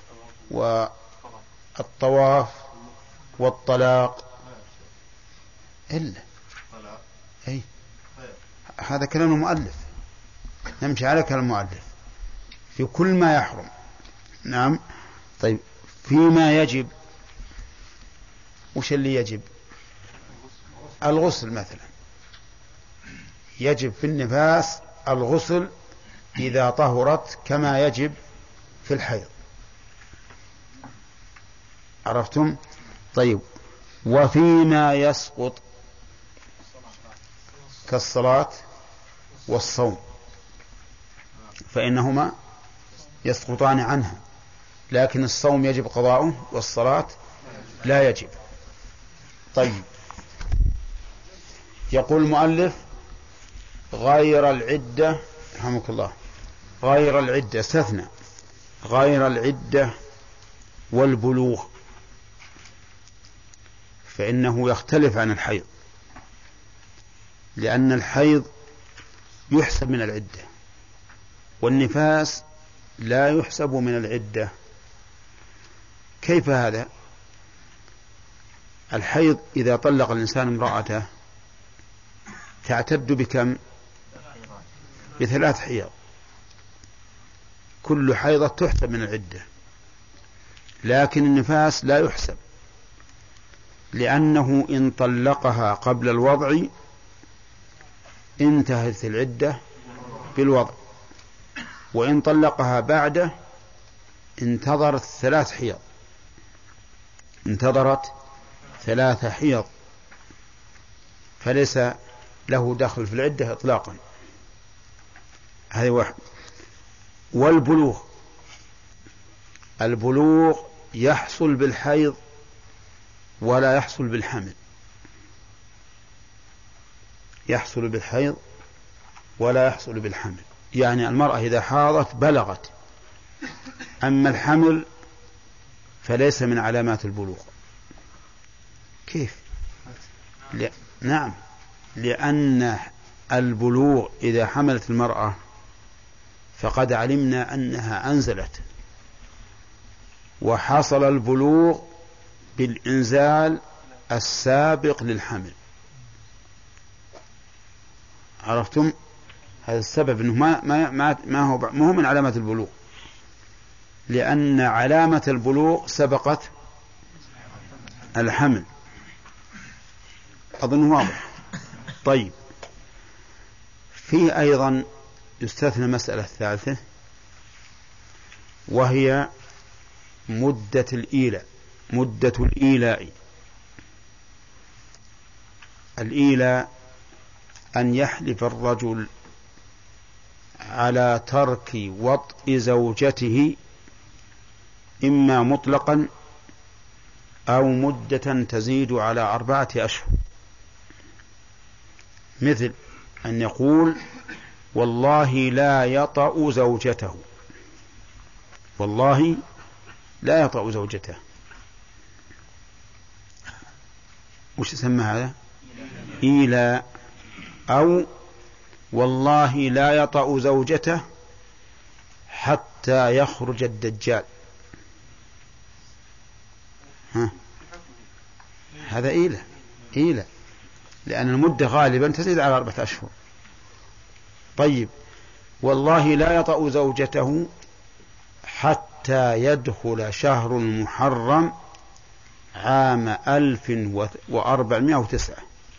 والطواف والطلاق. إلا أي هذا كلام المؤلف، نمشي على كلام المؤلف في كل ما يحرم. نعم. طيب، فيما يجب، وش اللي يجب؟ الغسل مثلا، يجب في النفاس الغسل إذا طهرت كما يجب في الحيض. عرفتم؟ طيب، وفيما يسقط كالصلاة والصوم فإنهما يسقطان عنها، لكن الصوم يجب قضاؤه والصلاة لا يجب. طيب، يقول المؤلف: غير العدة، رحمك الله، غير العدة، استثنى غير العدة والبلوغ، فإنه يختلف عن الحيض، لأن الحيض يحسب من العدة والنفاس لا يحسب من العدة. كيف هذا؟ الحيض إذا طلق الإنسان امرأته تعتد بكم؟ بثلاث حيض، كل حيضة تحسب من العدة، لكن النفاس لا يحسب، لأنه إن طلقها قبل الوضع انتهت العدة بالوضع، وإن طلقها بعده انتظرت ثلاث حيض، انتظرت ثلاث حيض، فليس له دخل في العدة إطلاقا. هذه واحد. والبلوغ، البلوغ يحصل بالحيض ولا يحصل بالحمل، يحصل بالحيض ولا يحصل بالحمل، يعني المرأة إذا حاضت بلغت، أما الحمل فليس من علامات البلوغ. كيف؟ لا. نعم، لأن البلوغ إذا حملت المرأة فقد علمنا أنها أنزلت، وحصل البلوغ بالإنزال السابق للحمل. عرفتم؟ هذا السبب أنه ما, ما, ما, ما, هو, ما هو من علامة البلوغ، لأن علامة البلوغ سبقت الحمل. أظن واضح. طيب، فيه أيضا يستثنى مسألة ثالثة، وهي مدة الإيلاء، مدة الإيلاء. الإيلاء أن يحلف الرجل على ترك وطء زوجته إما مطلقا أو مدة تزيد على أربعة أشهر، مثل أن يقول: والله لا يطأ زوجته، والله لا يطأ زوجته. وش يسمى هذا؟ إيلاء. أو والله لا يطأ زوجته حتى يخرج الدجال. ها؟ هذا إيلة إيلة لأن المدة غالبا تزيد على أربعة أشهر. طيب والله لا يطأ زوجته حتى يدخل شهر المحرم عام ألف وأربعمائة وتسعة.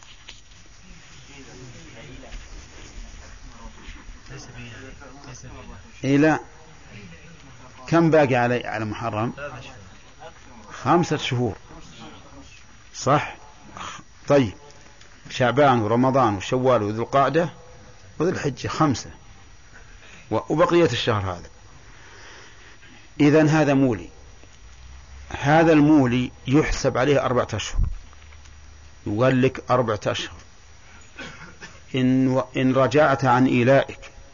إلى كم باقي علي على محرم؟ خمسة شهور صح. طيب شعبان ورمضان وشوال وذو القعدة وذو الحجة خمسة وبقية الشهر هذا. إذن هذا مولي، هذا المولي يحسب عليه أربعة أشهر، يقول لك أربعة أشهر. إن, و... إن رجعت عن إيلائك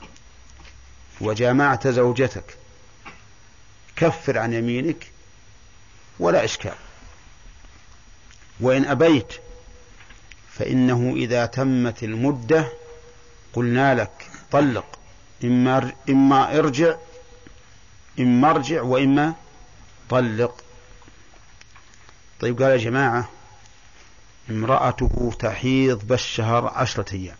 وجامعت زوجتك كفر عن يمينك ولا إشكال. وإن أبيت فإنه إذا تمت المدة قلنا لك طلق، إما, إما ارجع إما ارجع وإما طلق. طيب قال يا جماعة امرأته تحيض بالشهر عشرة أيام،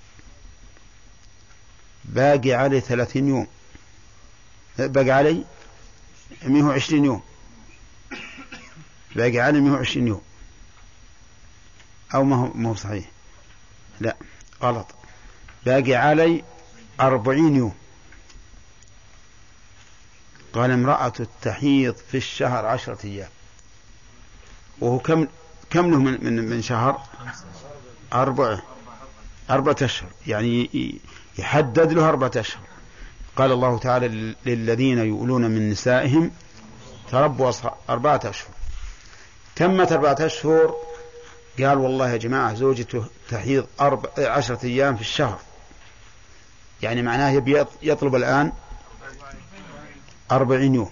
باقي عليه ثلاثين يوم، باقي علي مئة وعشرين يوم، باقي علي مئة وعشرين يوم أو ما هو, ما هو صحيح، لا غلط، باقي علي أربعين يوم. قال امرأة التحيض في الشهر عشرة أيام، وهو كم كم له من, من, من شهر؟ أربعة أربعة أشهر، يعني يحدد له أربعة أشهر. قال الله تعالى للذين يؤلون من نسائهم تربص أربعة أشهر. تمت أربعة أشهر، قال والله يا جماعة زوجته تحيض أربع عشرة أيام في الشهر، يعني معناه يبي يطلب الآن أربعين يوم.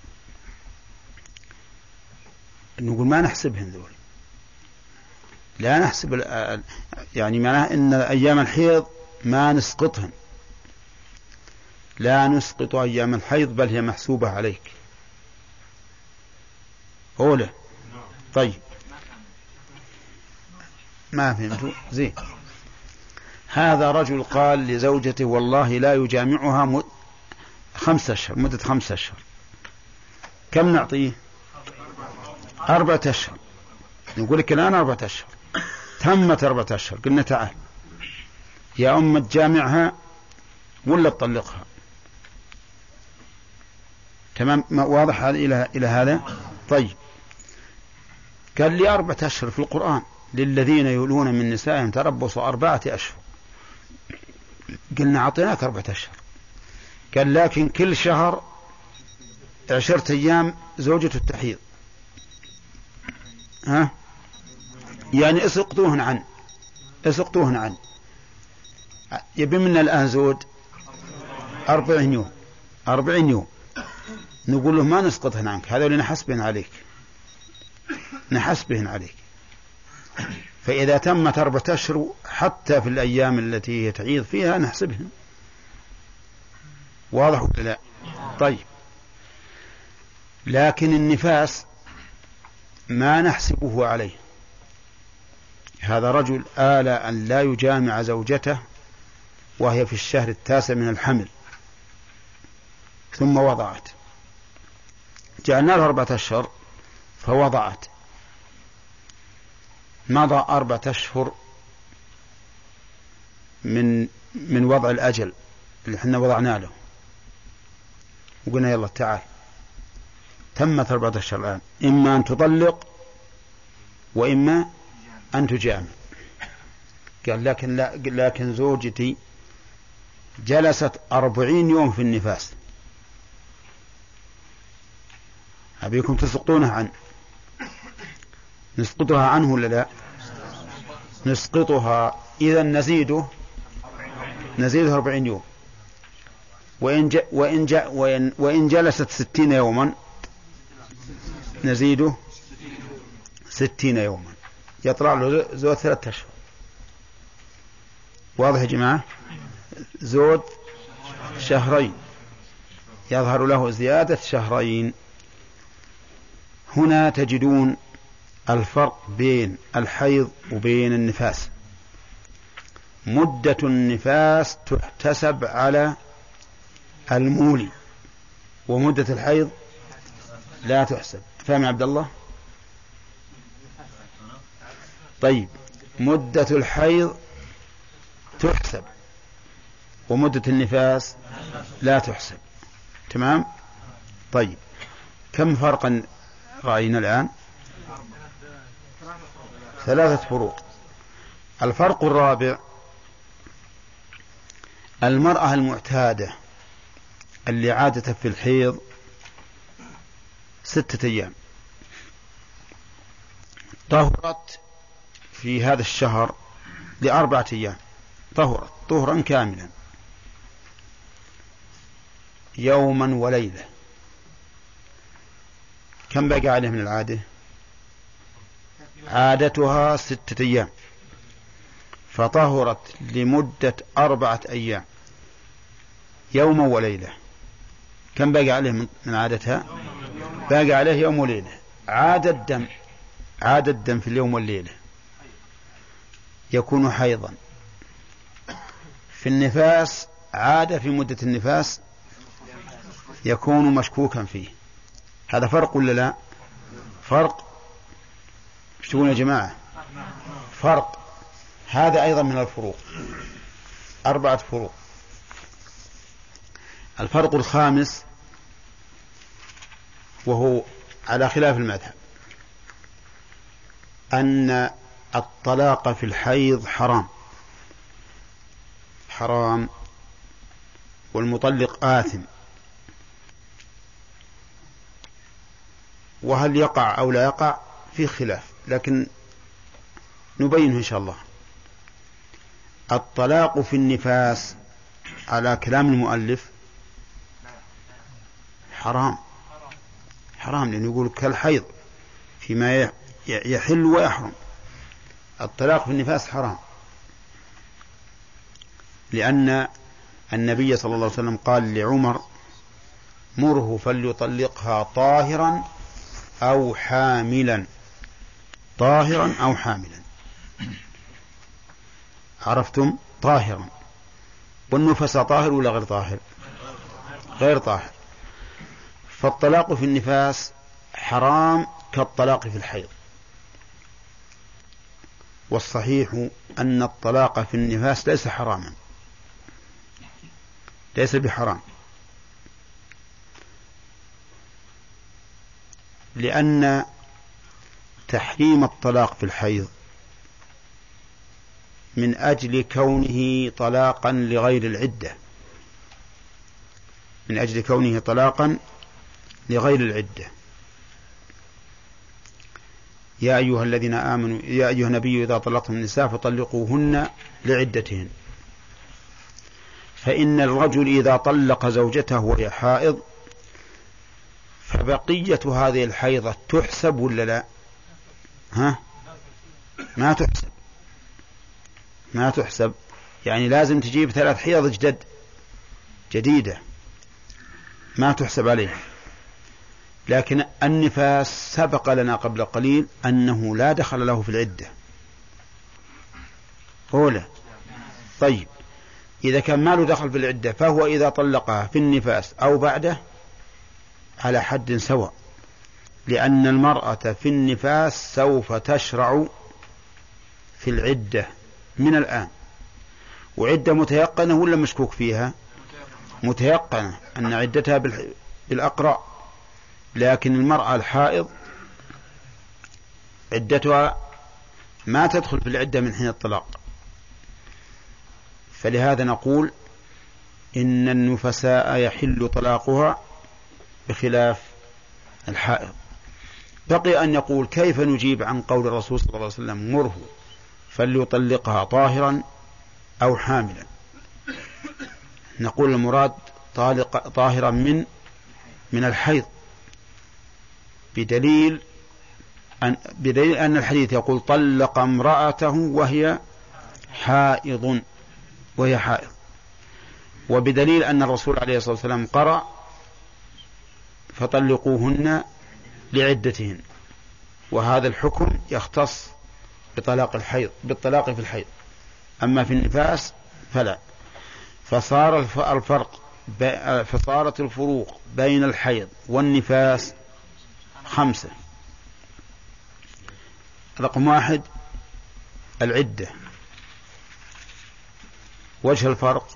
نقول ما نحسبهن ذول، لا نحسب، يعني معناه إن أيام الحيض ما نسقطهن، لا نسقط أيام الحيض بل هي محسوبة عليك. أولى طيب ما فهمتوا زين. هذا رجل قال لزوجته والله لا يجامعها مد... خمسة أشهر، مدة خمسة أشهر، كم نعطيه؟ أربعة أشهر. نقول لك الآن أربعة أشهر، تمت أربعة أشهر، قلنا تعال يا أم تجامعها ولا تطلقها. تمام واضح هذا إلى إلى هذا. طيب قال لي أربعة أشهر في القرآن للذين يولون من نسائهم تربصوا أربعة أشهر، قلنا أعطيناك أربعة أشهر. قال لكن كل شهر عشرة أيام زوجته التحيض، ها يعني اسقطوهن عن اسقطوهن عن يبي منا الآن زوج أربعين يوم أربعين يوم. نقول له ما نسقطهن عنك، هذا اللي نحسبهن عليك نحسبهن عليك. فإذا تمت أربعة أشهر حتى في الأيام التي تعيض فيها نحسبهن. واضح ولا لا؟ طيب لكن النفاس ما نحسبه عليه. هذا رجل آل أن لا يجامع زوجته وهي في الشهر التاسع من الحمل ثم وضعت، جعلنا له أربعة أشهر فوضعت، مضى أربعة أشهر من من وضع الأجل اللي احنا وضعنا له، وقلنا يلا تعال تمت أربعة أشهر الآن، إما أن تطلق وإما أن تجامع. قال لكن لا لكن زوجتي جلست أربعين يوم في النفاس، أبيكم تسقطونها عنه. نسقطها عنه ولا لا؟ نسقطها. إذا نزيده نزيده أربعين يوم. وإن, ج... وإن, ج... وإن... وإن جلست ستين يوما نزيده ستين يوما، يطلع له زود ثلاثة أشهر. واضح يا جماعة؟ زود شهرين، يظهر له زيادة شهرين. هنا تجدون الفرق بين الحيض وبين النفاس. مدة النفاس تحتسب على المولي، ومدة الحيض لا تحسب. فهم يا عبد الله؟ طيب، مدة الحيض تحسب ومدة النفاس لا تحسب. تمام؟ طيب، كم فرقا رأينا الآن؟ ثلاثة فروق. الفرق الرابع: المرأة المعتادة اللي عادت في الحيض ستة أيام طهرت في هذا الشهر لأربعة أيام، طهرت طهرا كاملا يوما وليلة، كم بقى عليه من العادة؟ عادتها ستة أيام، فطهرت لمدة أربعة أيام يوما وليلة، كم بقى عليه من عادتها؟ باقي عليه يوم وليلة. عاد الدم عاد الدم في اليوم والليلة يكون حيضا. في النفاس عاد في مدة النفاس يكون مشكوكا فيه. هذا فرق ولا لا؟ فرق. ايش تقولون يا جماعة؟ فرق. هذا أيضا من الفروق، أربعة فروق. الفرق الخامس وهو على خلاف المذهب، أن الطلاق في الحيض حرام حرام والمطلق آثم. وهل يقع أو لا يقع في خلاف، لكن نبينه إن شاء الله. الطلاق في النفاس على كلام المؤلف حرام حرام لأنه يقول كالحيض فيما يحل ويحرم. الطلاق في النفاس حرام، لأن النبي صلى الله عليه وسلم قال لعمر: مره فليطلقها طاهرا أو حاملا، طاهرا أو حاملا. عرفتم؟ طاهرا. والنفس طاهر ولا غير طاهر؟ غير طاهر. فالطلاق في النفاس حرام كالطلاق في الحيض. والصحيح أن الطلاق في النفاس ليس حراما، ليس بحرام، لأن تحريم الطلاق في الحيض من أجل كونه طلاقا لغير العدة، من أجل كونه طلاقا لغير العدة. يا أيها الذين آمنوا يا أيها النبي إذا طلقتم النساء فطلقوهن لعدتهن. فإن الرجل إذا طلق زوجته وهي حائض فبقية هذه الحيضة تحسب ولا لا؟ ها؟ ما تحسب ما تحسب يعني لازم تجيب ثلاث حيض جدد جديدة، ما تحسب عليه. لكن النفاس سبق لنا قبل قليل أنه لا دخل له في العدة. أولى. طيب، إذا كان ما له دخل في العدة فهو إذا طلقها في النفاس أو بعده على حد سواء، لأن المرأة في النفاس سوف تشرع في العدة من الآن، وعدة متيقنة ولا مشكوك فيها؟ متيقنة أن عدتها بالأقراء. لكن المرأة الحائض عدتها ما تدخل في العدة من حين الطلاق. فلهذا نقول إن النفساء يحل طلاقها بخلاف الحائض. بقي أن يقول كيف نجيب عن قول الرسول صلى الله عليه وسلم: مره فليطلقها طاهرا أو حاملا. نقول المراد طالق طاهرا من من الحيض، بدليل أن, بدليل أن الحديث يقول: طلق امرأته وهي حائض وهي حائض، وبدليل أن الرسول عليه الصلاة والسلام قرأ: فطلقوهن لعدتهن، وهذا الحكم يختص بطلاق الحيض بالطلاق في الحيض، أما في النفاس فلا. فصار الفرق فصارت الفروق بين الحيض والنفاس خمسة. رقم واحد العدة. وجه الفرق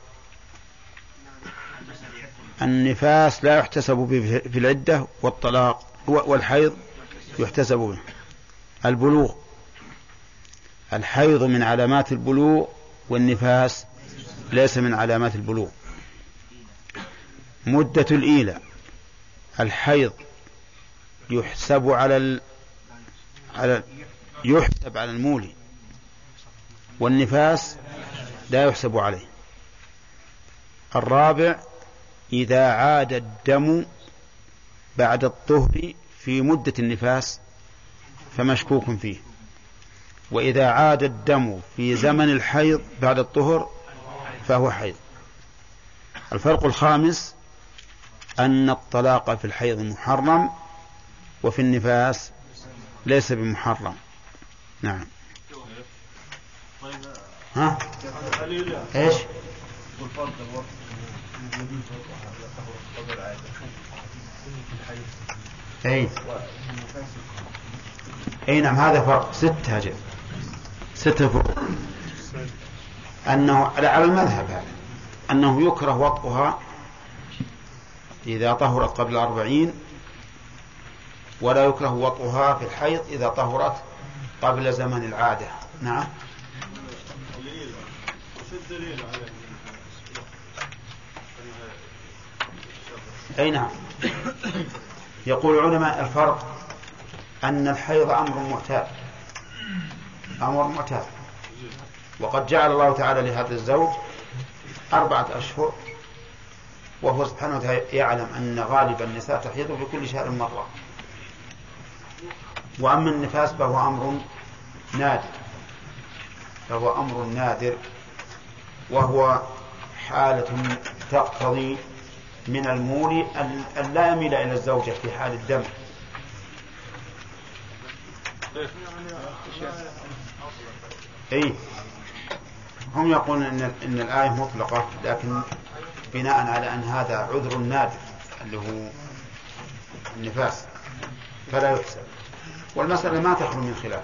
النفاس لا يحتسب به في العدة، والطلاق والحيض يحتسب به. البلوغ، الحيض من علامات البلوغ والنفاس ليس من علامات البلوغ. مدة الإيلة، الحيض يحسب على ال... على يحسب على المولي، والنفاس لا يحسب عليه. الرابع إذا عاد الدم بعد الطهر في مدة النفاس فمشكوك فيه، وإذا عاد الدم في زمن الحيض بعد الطهر فهو حيض. الفرق الخامس أن الطلاق في الحيض محرم وفي النفاس ليس بمحرم. نعم. ها؟ ايش؟ اي اي نعم، هذا فرق ست هجر ست فروق. انه على المذهب هذا انه يكره وطئها اذا طهرت قبل الأربعين، ولا يكره وطئها في الحيض اذا طهرت قبل زمن العادة. نعم. أي نعم. يقول العلماء الفرق أن الحيض أمر معتاد، أمر معتاد، وقد جعل الله تعالى لهذا الزوج أربعة أشهر، وهو سبحانه وتعالى يعلم أن غالب النساء تحيض في كل شهر مرة. وأما النفاس فهو أمر نادر، فهو أمر نادر، وهو حالة تقتضي من المولي أن لا يميل إلى الزوجة في حال الدم. إيه، هم يقولون إن, إن الآية مطلقة، لكن بناء على أن هذا عذر نادر اللي هو النفاس فلا يحسب، والمسألة ما تخلو من خلاف.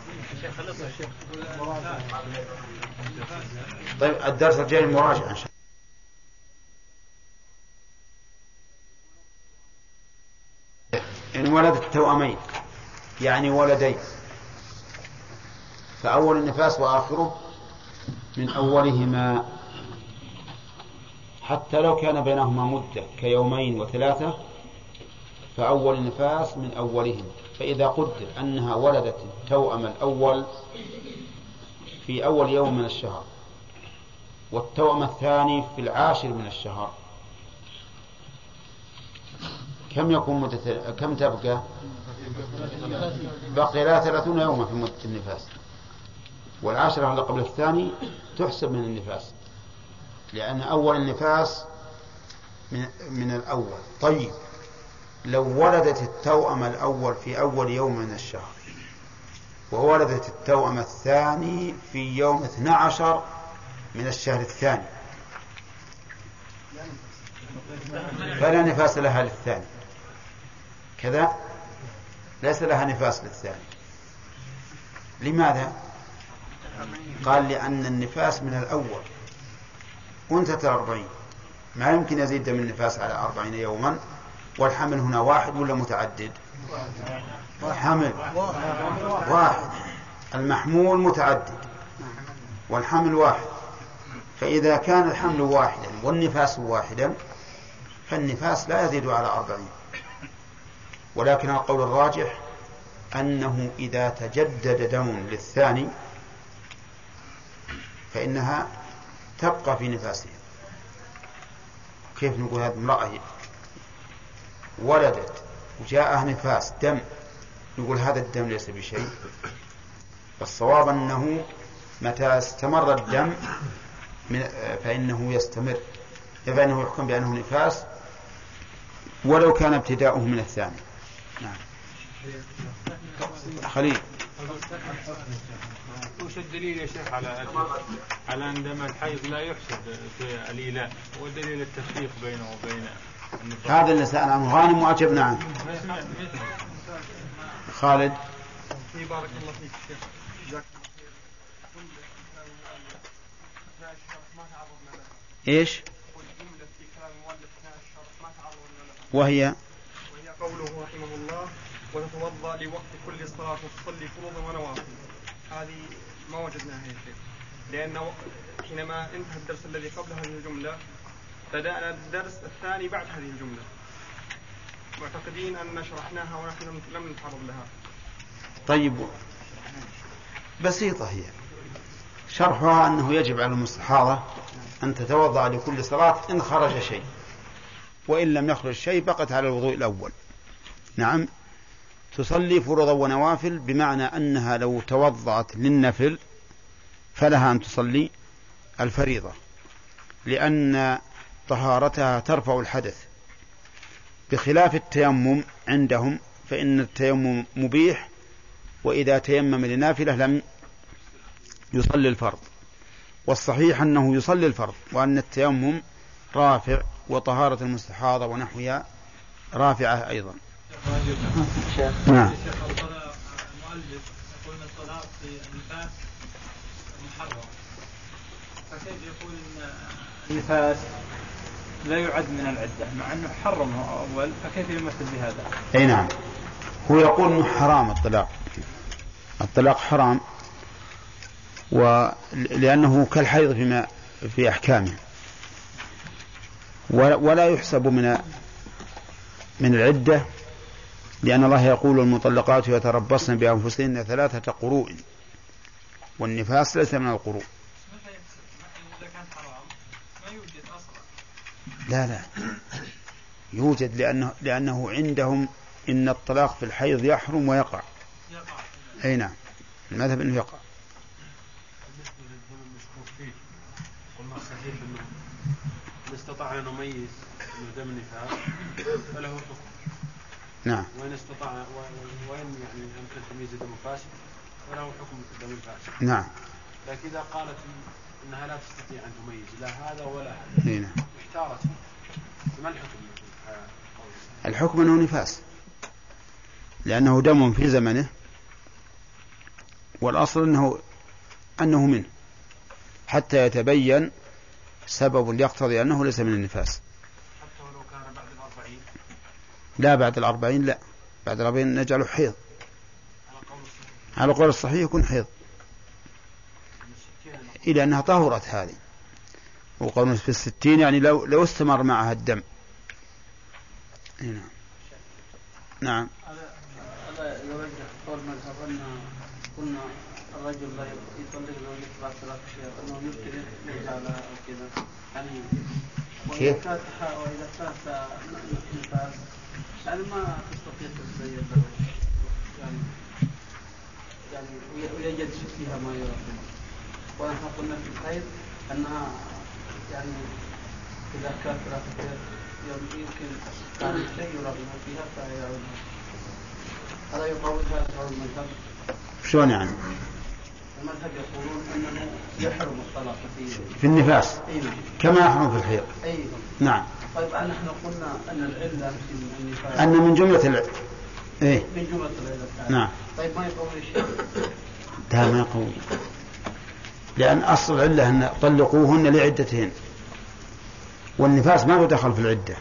طيب الدرس الجاي المراجعة إن شاء الله. إن ولدت التوأمين يعني ولدين، فأول النفاس وآخره من أولهما، حتى لو كان بينهما مدة كيومين وثلاثة فأول النفاس من أولهم. فإذا قدر أنها ولدت التوأم الأول في أول يوم من الشهر، والتوأم الثاني في العاشر من الشهر، كم يكون مدة؟ كم تبقى؟ بقي لها ثلاثون يوما في مدة النفاس، والعاشرة اللي قبل الثاني تحسب من النفاس، لأن أول النفاس من, من الأول. طيب لو ولدت التوأم الأول في أول يوم من الشهر، وولدت التوأم الثاني في يوم اثني عشر من الشهر الثاني، فلا نفاس لها للثاني، كذا ليس لها نفاس للثاني. لماذا؟ قال لأن النفاس من الأول وانتهت الأربعين، ما يمكن يزيد من النفاس على أربعين يوما. والحمل هنا واحد ولا متعدد؟ الحمل واحد، المحمول متعدد والحمل واحد. فإذا كان الحمل واحدا والنفاس واحدا فالنفاس لا يزيد على أربعين. ولكن القول الراجح أنه إذا تجدد دم للثاني فإنها تبقى في نفاسها. كيف نقول هذه امرأة ولدت وجاءها نفاس دم نقول هذا الدم ليس بشيء؟ الصواب أنه متى استمر الدم فإنه يستمر، فإنه يحكم بأنه نفاس ولو كان ابتداؤه من الثاني. نعم. خليل. وش الدليل يا شيخ على على عندما الحيض لا يحسب في الإيلاء؟ ودليل التفريق بينه وبين النفاس؟ هذا اللي سأل عنه غانم وأجبنا عنه. خالد. بارك الله فيك شيخ. ايش؟ وهي وهي قوله رحمه الله وتتوضأ لوقت كل صلاة وتصلي فروضا ونوافل. هذه ما وجدناها يا شيخ، لأن حينما انتهى الدرس الذي قبل هذه الجملة بدأنا الدرس الثاني بعد هذه الجملة، معتقدين أن شرحناها ونحن لم نتعرض لها. طيب بسيطة هي، شرحها أنه يجب على المستحاضة أن تتوضأ لكل صلاة إن خرج شيء، وإن لم يخرج شيء بقت على الوضوء الأول. نعم، تصلي فروضا ونوافل، بمعنى أنها لو توضأت للنفل فلها أن تصلي الفريضة، لأن طهارتها ترفع الحدث، بخلاف التيمم عندهم فإن التيمم مبيح، وإذا تيمم لنافلة لم يصلي الفرض. والصحيح أنه يصلي الفرض، وأن التيمم رافع، وطهارة المستحاضة ونحوها رافعة أيضا. نعم. المؤلف يقول ان الصلاة في النفاس محرم، فكيف يقول ان النفاس لا يعد من العدة مع انه حرمه اول، فكيف يمثل بهذا؟ اي نعم، هو يقول انه حرام الطلاق، الطلاق حرام، ولأنه كالحيض فيما في أحكامه، ولا يحسب من من العدة، لأن الله يقول المطلقات يتربصن بأنفسهن ثلاثة قروء، والنفاس ليس من القروء. لا لا يوجد، لأنه, لأنه عندهم إن الطلاق في الحيض يحرم ويقع. أي نعم، المذهب أنه يقع. استطاع أن نميز من دم النفاس فله حكم. نعم. وإن استطاع وإن يعني أمكن تمييز دم فاسد فله حكم دم فاسد. نعم. لكن إذا قالت إنها لا تستطيع أن تميز لا هذا ولا هذا. نعم. احتارت. ما الحكم؟ الحكم أنه نفاس، لأنه دم في زمنه، والأصل أنه أنه منه حتى يتبين سبب يقتضي أنه ليس من النفاس. حتى ولو كان بعد الأربعين؟ لا، بعد الأربعين لا، بعد الأربعين نجعله حيض. على قول الصحيح يكون حيض، إلى أنها طهرت هذه. وقول في الستين يعني لو لو استمر معها الدم. نعم. نعم. هذا يوجه قول مذهب أن قلنا الرجل لا يطلق زوجته بعد ثلاث أشهر أنه يبتدئ الرجال أو كذا، يعني وإذا كانت وإذا كانت نفاس يعني ما تستطيع تزين له، يعني يعني ويجد فيها ما يرغب. ونحن قلنا في الحيض أنها يعني إذا كانت ثلاث أشهر يمكن كان شيء يرغب فيها فيعودها. هذا يقول هذا قول المذهب. شلون يعني؟ المذهب يقولون أنه يحرم الطلاق في في النفاس. أيوة. كما يحرم في الحيض. أيوة. نعم. طيب نحن قلنا أن العلة في النفاس أن من جملة الع... إيه؟ من جملة العلة. نعم. طيب ما يقول شيء. ده ما يقول، لأن أصل العلة أن طلقوهن لعدتهن، والنفاس ما يدخل في العدة،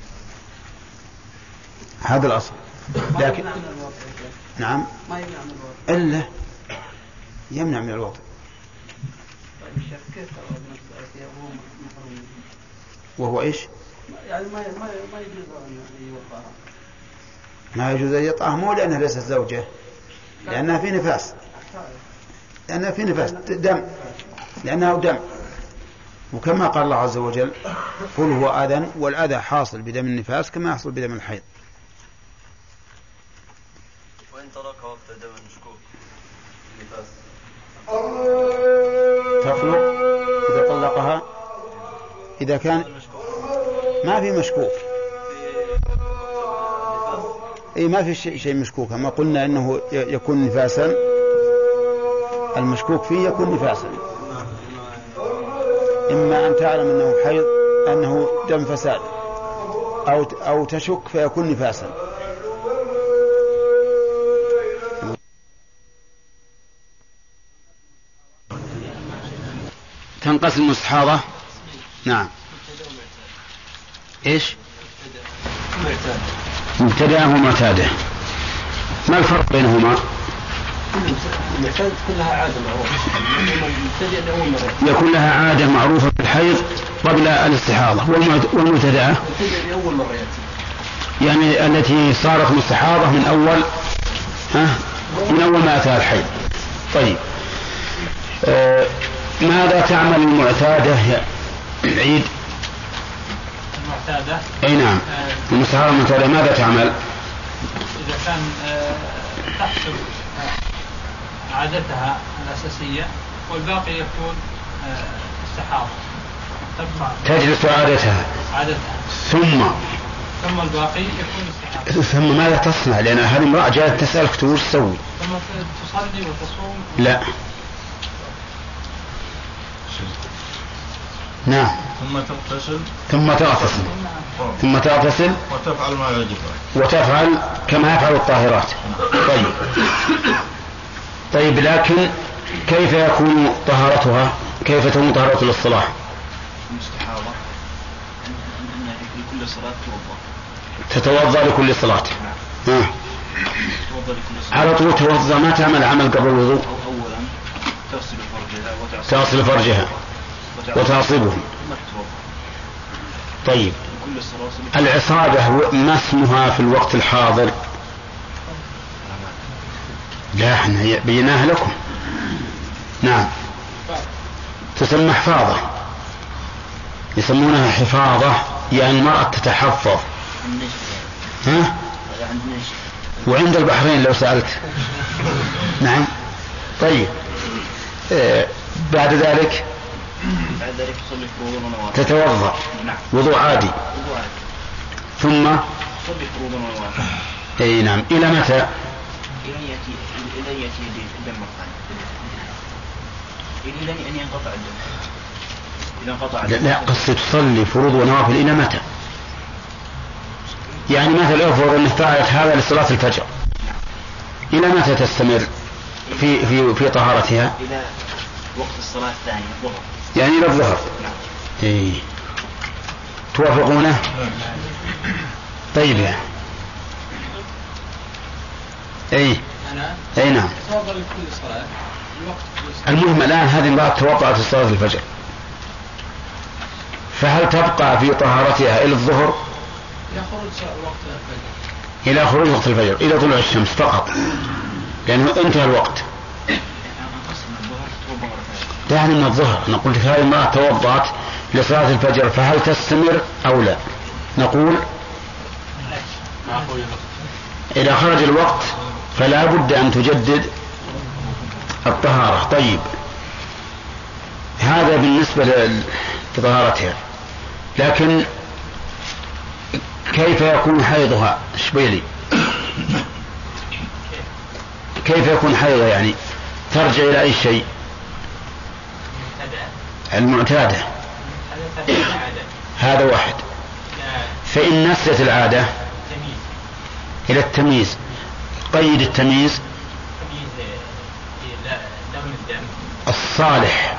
هذا الأصل. لكن نعم ما يمنع من الوضع إلا يمنع من الوضع. طيب الشيخ كيف وهو محروم؟ وهو إيش؟ يعني ما ما ما يجوز أن يوقعها. ما يجوز أن يطأها، مو لأنها ليست زوجة، لأنها في نفاس، لأنها في نفاس دم، لأنها دم. وكما قال الله عز وجل قل هو أذى، والأذى حاصل بدم النفاس كما يحصل بدم الحيض. وإن ترك وقت دم المشكوك النفاس تخلق إذا طلقها، إذا كان ما في مشكوك اي ما في شيء شيء مشكوك. ما قلنا انه يكون نفاسا، المشكوك فيه يكون نفاسا. اما ان تعلم انه حيض انه دم فساد او او تشك فيكون نفاسا. تنقسم المستحاضة. نعم. ايش؟ مبتدأه ومعتاده. ما الفرق بينهما؟ المعتاد كلها عادة معروفة، المبتدئ أول مرة يكون لها عادة معروفة في الحيض قبل الاستحاضة، والمبتدأة أول مرة يأتي، يعني التي صارت مستحاضة من أول ها من أول ما أتى الحيض. طيب آه ماذا تعمل المعتادة يا عيد؟ المعتادة أي نعم. آه المستحاضة المعتادة ماذا تعمل؟ إذا كان آه تحسب عادتها الأساسية والباقي يكون استحاضة، تجلس عادتها عادتها ثم ثم الباقي يكون استحاضة. ثم ماذا تصنع؟ لأن هذه امرأة جاءت تسألك وش تسوي؟ ثم تصلي وتصوم. لا نعم. ثم تغتسل ثم تغتسل ثم تغتسل وتفعل ما يجب وتفعل كما يفعل الطاهرات. طيب طيب لكن كيف يكون طهارتها؟ كيف تكون طهارة للصلاة؟ المستحاضة لكل صلاة تتوضأ لكل صلاة. نعم. آه. على طول توضأ، ما تعمل عمل قبل الوضوء؟ أولا تغسل فرجها تغسل فرجها وتعصبه. طيب العصابة ما اسمها في الوقت الحاضر؟ لا احنا بيناها لكم. نعم تسمى حفاظة، يسمونها حفاظة، يعني المرأة تتحفظ. ها؟ وعند البحرين لو سألت. نعم. طيب آه بعد ذلك بعد ذلك تصلي فروض ونوافل. تتوضأ نعم. وضوء عادي. وضوء عادي. ثم تصلي فروض ونوافل. اي نعم. الى متى؟ الى ياتي الى ياتي الدم الثاني، الى ان ينقطع الدم. اذا انقطع الدم لا قصة تصلي فروض ونوافل الى متى؟ يعني مثلا افرض ان فعلت هذا لصلاة الفجر، الى متى تستمر في في في طهارتها؟ الى وقت الصلاة الثانية الظهر، يعني الى الظهر. نعم. اي توافقونه؟ طيب يا اي اي نعم. توضأ لكل صلاة الوقت. المهم الان هذه امرأة توضأت لصلاة الفجر، فهل تبقى في طهارتها الى الظهر؟ الى خروج وقت الفجر. الى خروج وقت الفجر، الى طلوع الشمس فقط، لانه انتهى الوقت. يعني من الظهر. أنا قلت هذه المرأة توضأت لصلاة الفجر، فهل تستمر أو لا؟ نقول إذا خرج الوقت فلا بد أن تجدد الطهارة. طيب هذا بالنسبة لطهارتها، لكن كيف يكون حيضها؟ شبيلي كيف يكون حيضها؟ يعني ترجع إلى أي شيء؟ المعتادة. هذا واحد. فإن نسيت العادة إلى التمييز. قيد التمييز الصالح،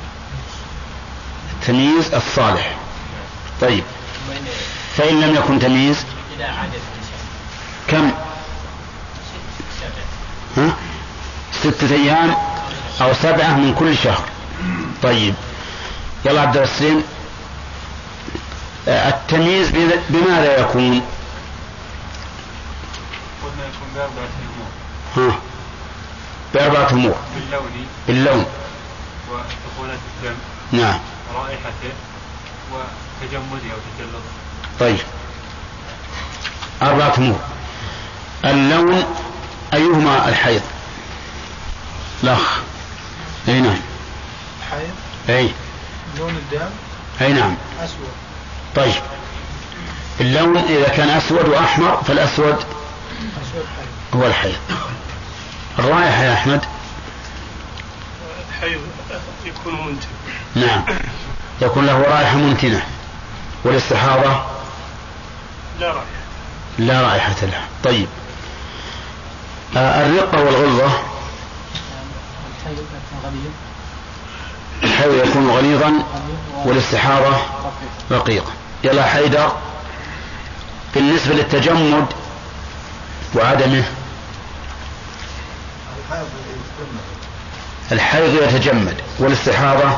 التمييز الصالح. طيب فإن لم يكن تمييز كم؟ ها؟ ستة أيام أو سبعة من كل شهر. طيب يلا عبد الرسلين، التمييز بماذا يكون؟ قلنا يكون بأربعة أمور. ها بأربعة أمور. باللون باللون ودخولات الدم. نعم. رائحته وتجمده أو تجلده. طيب أربعة أمور. اللون أيهما الحيض؟ الأخ. أي نعم. حيض. أي. لون الدم. أي نعم. أسود. طيب اللون إذا كان أسود وأحمر، فالأسود هو الحيض. الرائحة يا أحمد؟ الحيض يكون منتن. نعم يكون له رائحة منتنة. والاستحاضة لا رائحة لا رائحة لها. طيب آه الرقة والغلظة؟ الحيض يكون غليظا والاستحاضة رقيقة. يلا حيدر، بالنسبة للتجمد وعدمه. الحيض يتجمد والاستحاضة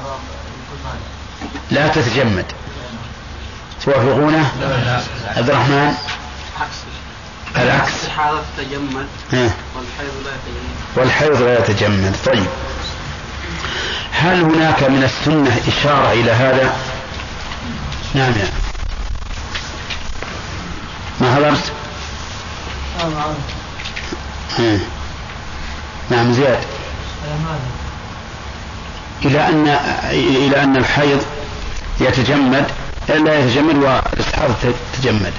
لا تتجمد. توافقونه؟ عبد الرحمن؟ العكس، الاستحاضة تتجمد والحيض لا يتجمد. والحيض لا يتجمد. طيب هل هناك من السنة إشارة إلى هذا؟ نعم يا ما حضرت؟ آه. نعم زياد. إلى أن إلى أن الحيض يتجمد لا يتجمد والاستحاضة تتجمد.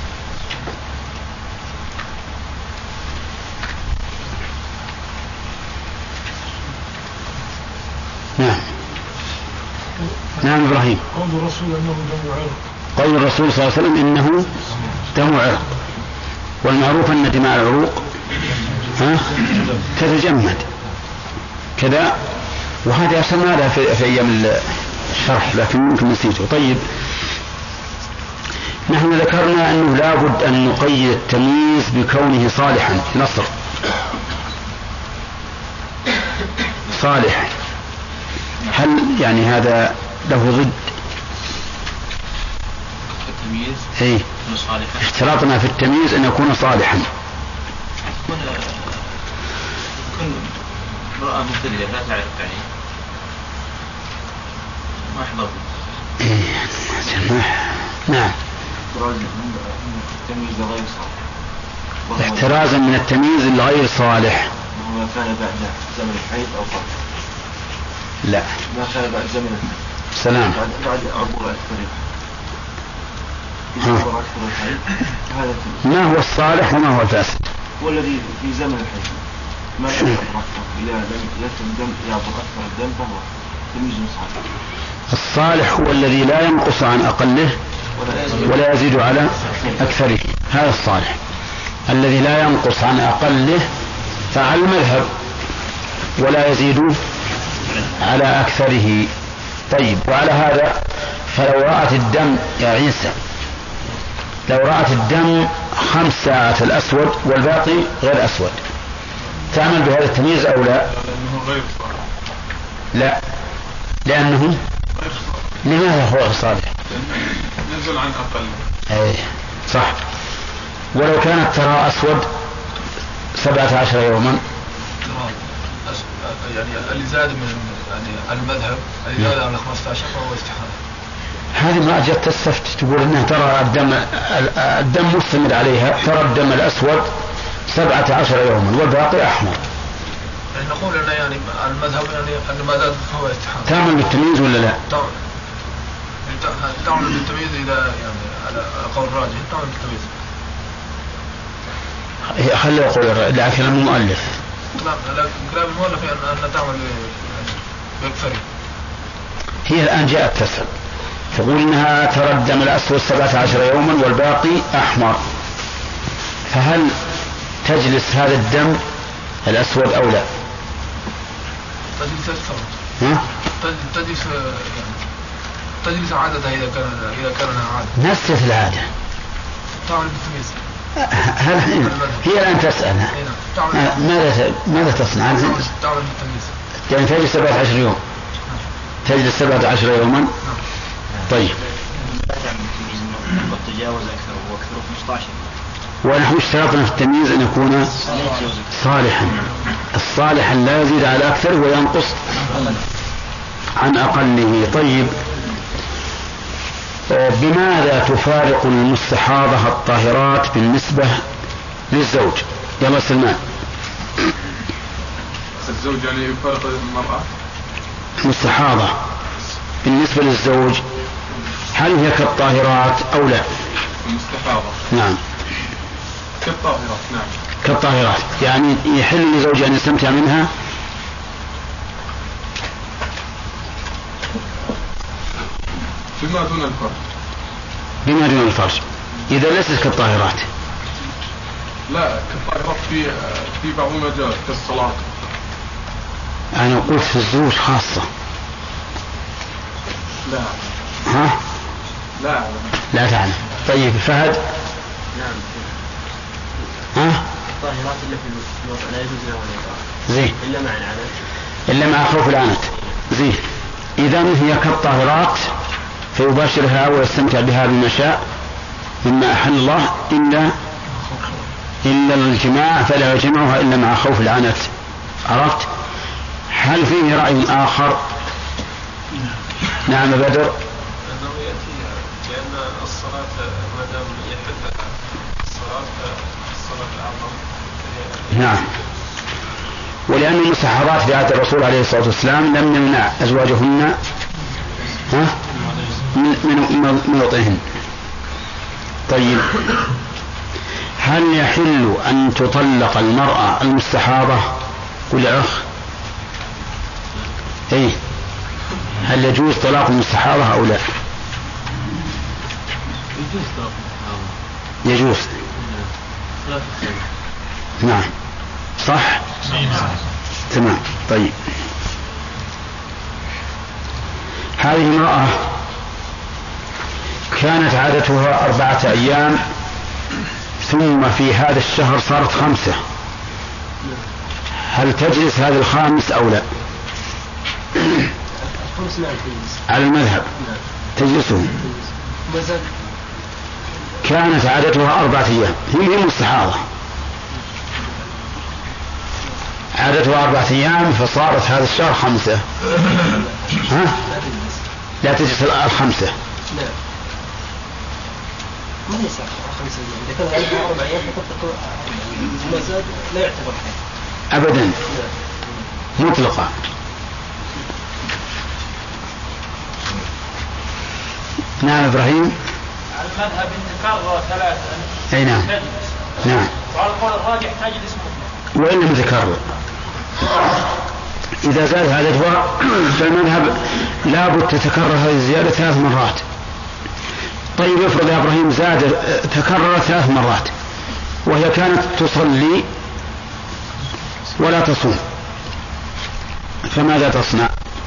نعم نعم إبراهيم. قول الرسول أنه دم عرق. قول الرسول صلى الله عليه وسلم إنه دم عرق، والمعروف أن دماء العروق ها تتجمد كذا، وهذا أرسلنا لها في, في أيام الشرح لكن ممكن نسيته. طيب نحن ذكرنا أنه لا بد أن نقيد التمييز بكونه صالحا. نصر صالح، هل يعني هذا له ضد؟ التمييز ايه اشتراطنا في التمييز ان يكون صالحا. يكون امرأة مبتدئة لا تعرف يعني ما يحضر. ايه نعم احترازا من التمييز الغير صالح. ما كان بعد زمن الحيض او قبل. لا ما كان بعد زمن الحيض. سلام. بعد بعد عبور أكثر. ما هو الصالح وما هو الفاسد؟ هو الذي في زمن الحيض ما يحضر أكثر. إذا لم يتم الدم يعبر أكثر الدم فهو تمييز صالح. الصالح هو الذي لا ينقص عن أقله ولا يزيد على أكثره. هذا الصالح الذي لا ينقص عن أقله فعلى المذهب ولا يزيد على أكثره. طيب وعلى هذا فلو رأت الدم يا عيسى لو رأت الدم خمس ساعات الأسود والباقي غير أسود تعمل بهذا التمييز أو لا؟ لا لأنه لماذا هو غير صالح؟ نزل عن أقل. أي صح. ولو كانت ترى أسود سبعة عشر يوما يعني اللي زاد من يعني المذهب اللي زاد على خمسة عشر فهو استحاضة. هذه ما جت تستفتي تقول انها ترى الدم الدم مستمر عليها، ترى الدم الاسود سبعة عشر يوما والباقي احمر. يعني نقول ان يعني المذهب يعني ان ما زاد فهو استحاضة. تعمل بالتمييز ولا لا؟ تعمل تعمل بالتمييز اذا يعني على قول الراجح تعمل بالتمييز. خلي يقول لكن المؤلف لا كلام المؤلف يعني ان تعمل بأكثر. هي الان جاءت تسأل تقول انها ترى الدم الاسود سبعة عشر يوما والباقي احمر، فهل تجلس هذا الدم الاسود او لا؟ تجلس اكثر. ها؟ تجلس يعني تجلس عادتها اذا كان اذا كان لها عاده. نسيت العاده. تعمل بالتمييز. هل هي الان تسأل ماذا ماذا تصنع؟ تعمل بالتمييز. يعني تجلس سبعة عشر يوم. تجلس سبعة عشر يوما. طيب تجاوز أكثر وأكثر خمسة عشر. ونحن اشترطنا في التمييز أن يكون صالحا. الصالح لا يزيد على أكثر وينقص عن أقله. طيب بماذا تفارق المستحاضة الطاهرات بالنسبة للزوج؟ يلا سلمان. الزوج يعني يفارق المرأة المستحاضة بالنسبة للزوج هل هي كالطاهرات أو لا؟ المستحاضة نعم كالطاهرات. نعم كالطاهرات، يعني يحل لزوجها أن يستمتع منها بما دون الفرج بما دون الفرج إذا ليست كالطاهرات. لا كالطاهرات في في بعض المجال كالصلاة. أنا قلت في الزوج خاصة. لا ها؟ لا أعلم. لا تعلم. طيب فهد. نعم. ها؟ الطاهرات اللي في الوضع لا يجوز لها ولا زين. إلا مع العنت. إلا مع خوف العنت. زين. إذا هي كالطاهرات فيباشرها ويستمتع بها بما شاء مما أحل الله إلا إلا الجماع فلا يجمعها إلا مع خوف العنت. عرفت؟ هل فيه رأي آخر؟ نعم بدر. أنه يأتي لأن الصلاة ما دام يحل الصلاة الصلاة الأعظم. نعم. ولأن المستحاضات في عهد الرسول عليه الصلاة والسلام لم يمنع أزواجهن ها من من وطئهن. طيب هل يحل أن تطلق المرأة المستحاضة كل أخ؟ إيه هل يجوز طلاق المستحاضة أو لا؟ يجوز طلاق المستحاضة. يجوز. نعم صح. تمام. طيب هذه امرأة كانت عادتها أربعة أيام ثم في هذا الشهر صارت خمسة، هل تجلس هذا الخامس أو لا؟ على المذهب تجلسه. كانت عادتها أربعة أيام، هي مستحاضة، عادتها أربعة أيام فصارت هذا الشهر خمسة. ها؟ لا تجلس الخمسة. لا ما يصح خمسة أيام، إذا كان عندها أربع أيام فتطلق المزاد لا يعتبر حيض أبدا مطلقة. نعم إبراهيم. على المذهب إن تكرر ثلاثة. أي نعم. نعم. وعلى القول الراجح تجلس مطلق. وإن لم تكرر إذا زاد هذا الدواء فالمذهب لابد تتكرر هذه الزيادة ثلاث مرات. طيب افرض يا إبراهيم زاد تكرر ثلاث مرات وهي كانت تصلي ولا تصوم فماذا تصنع؟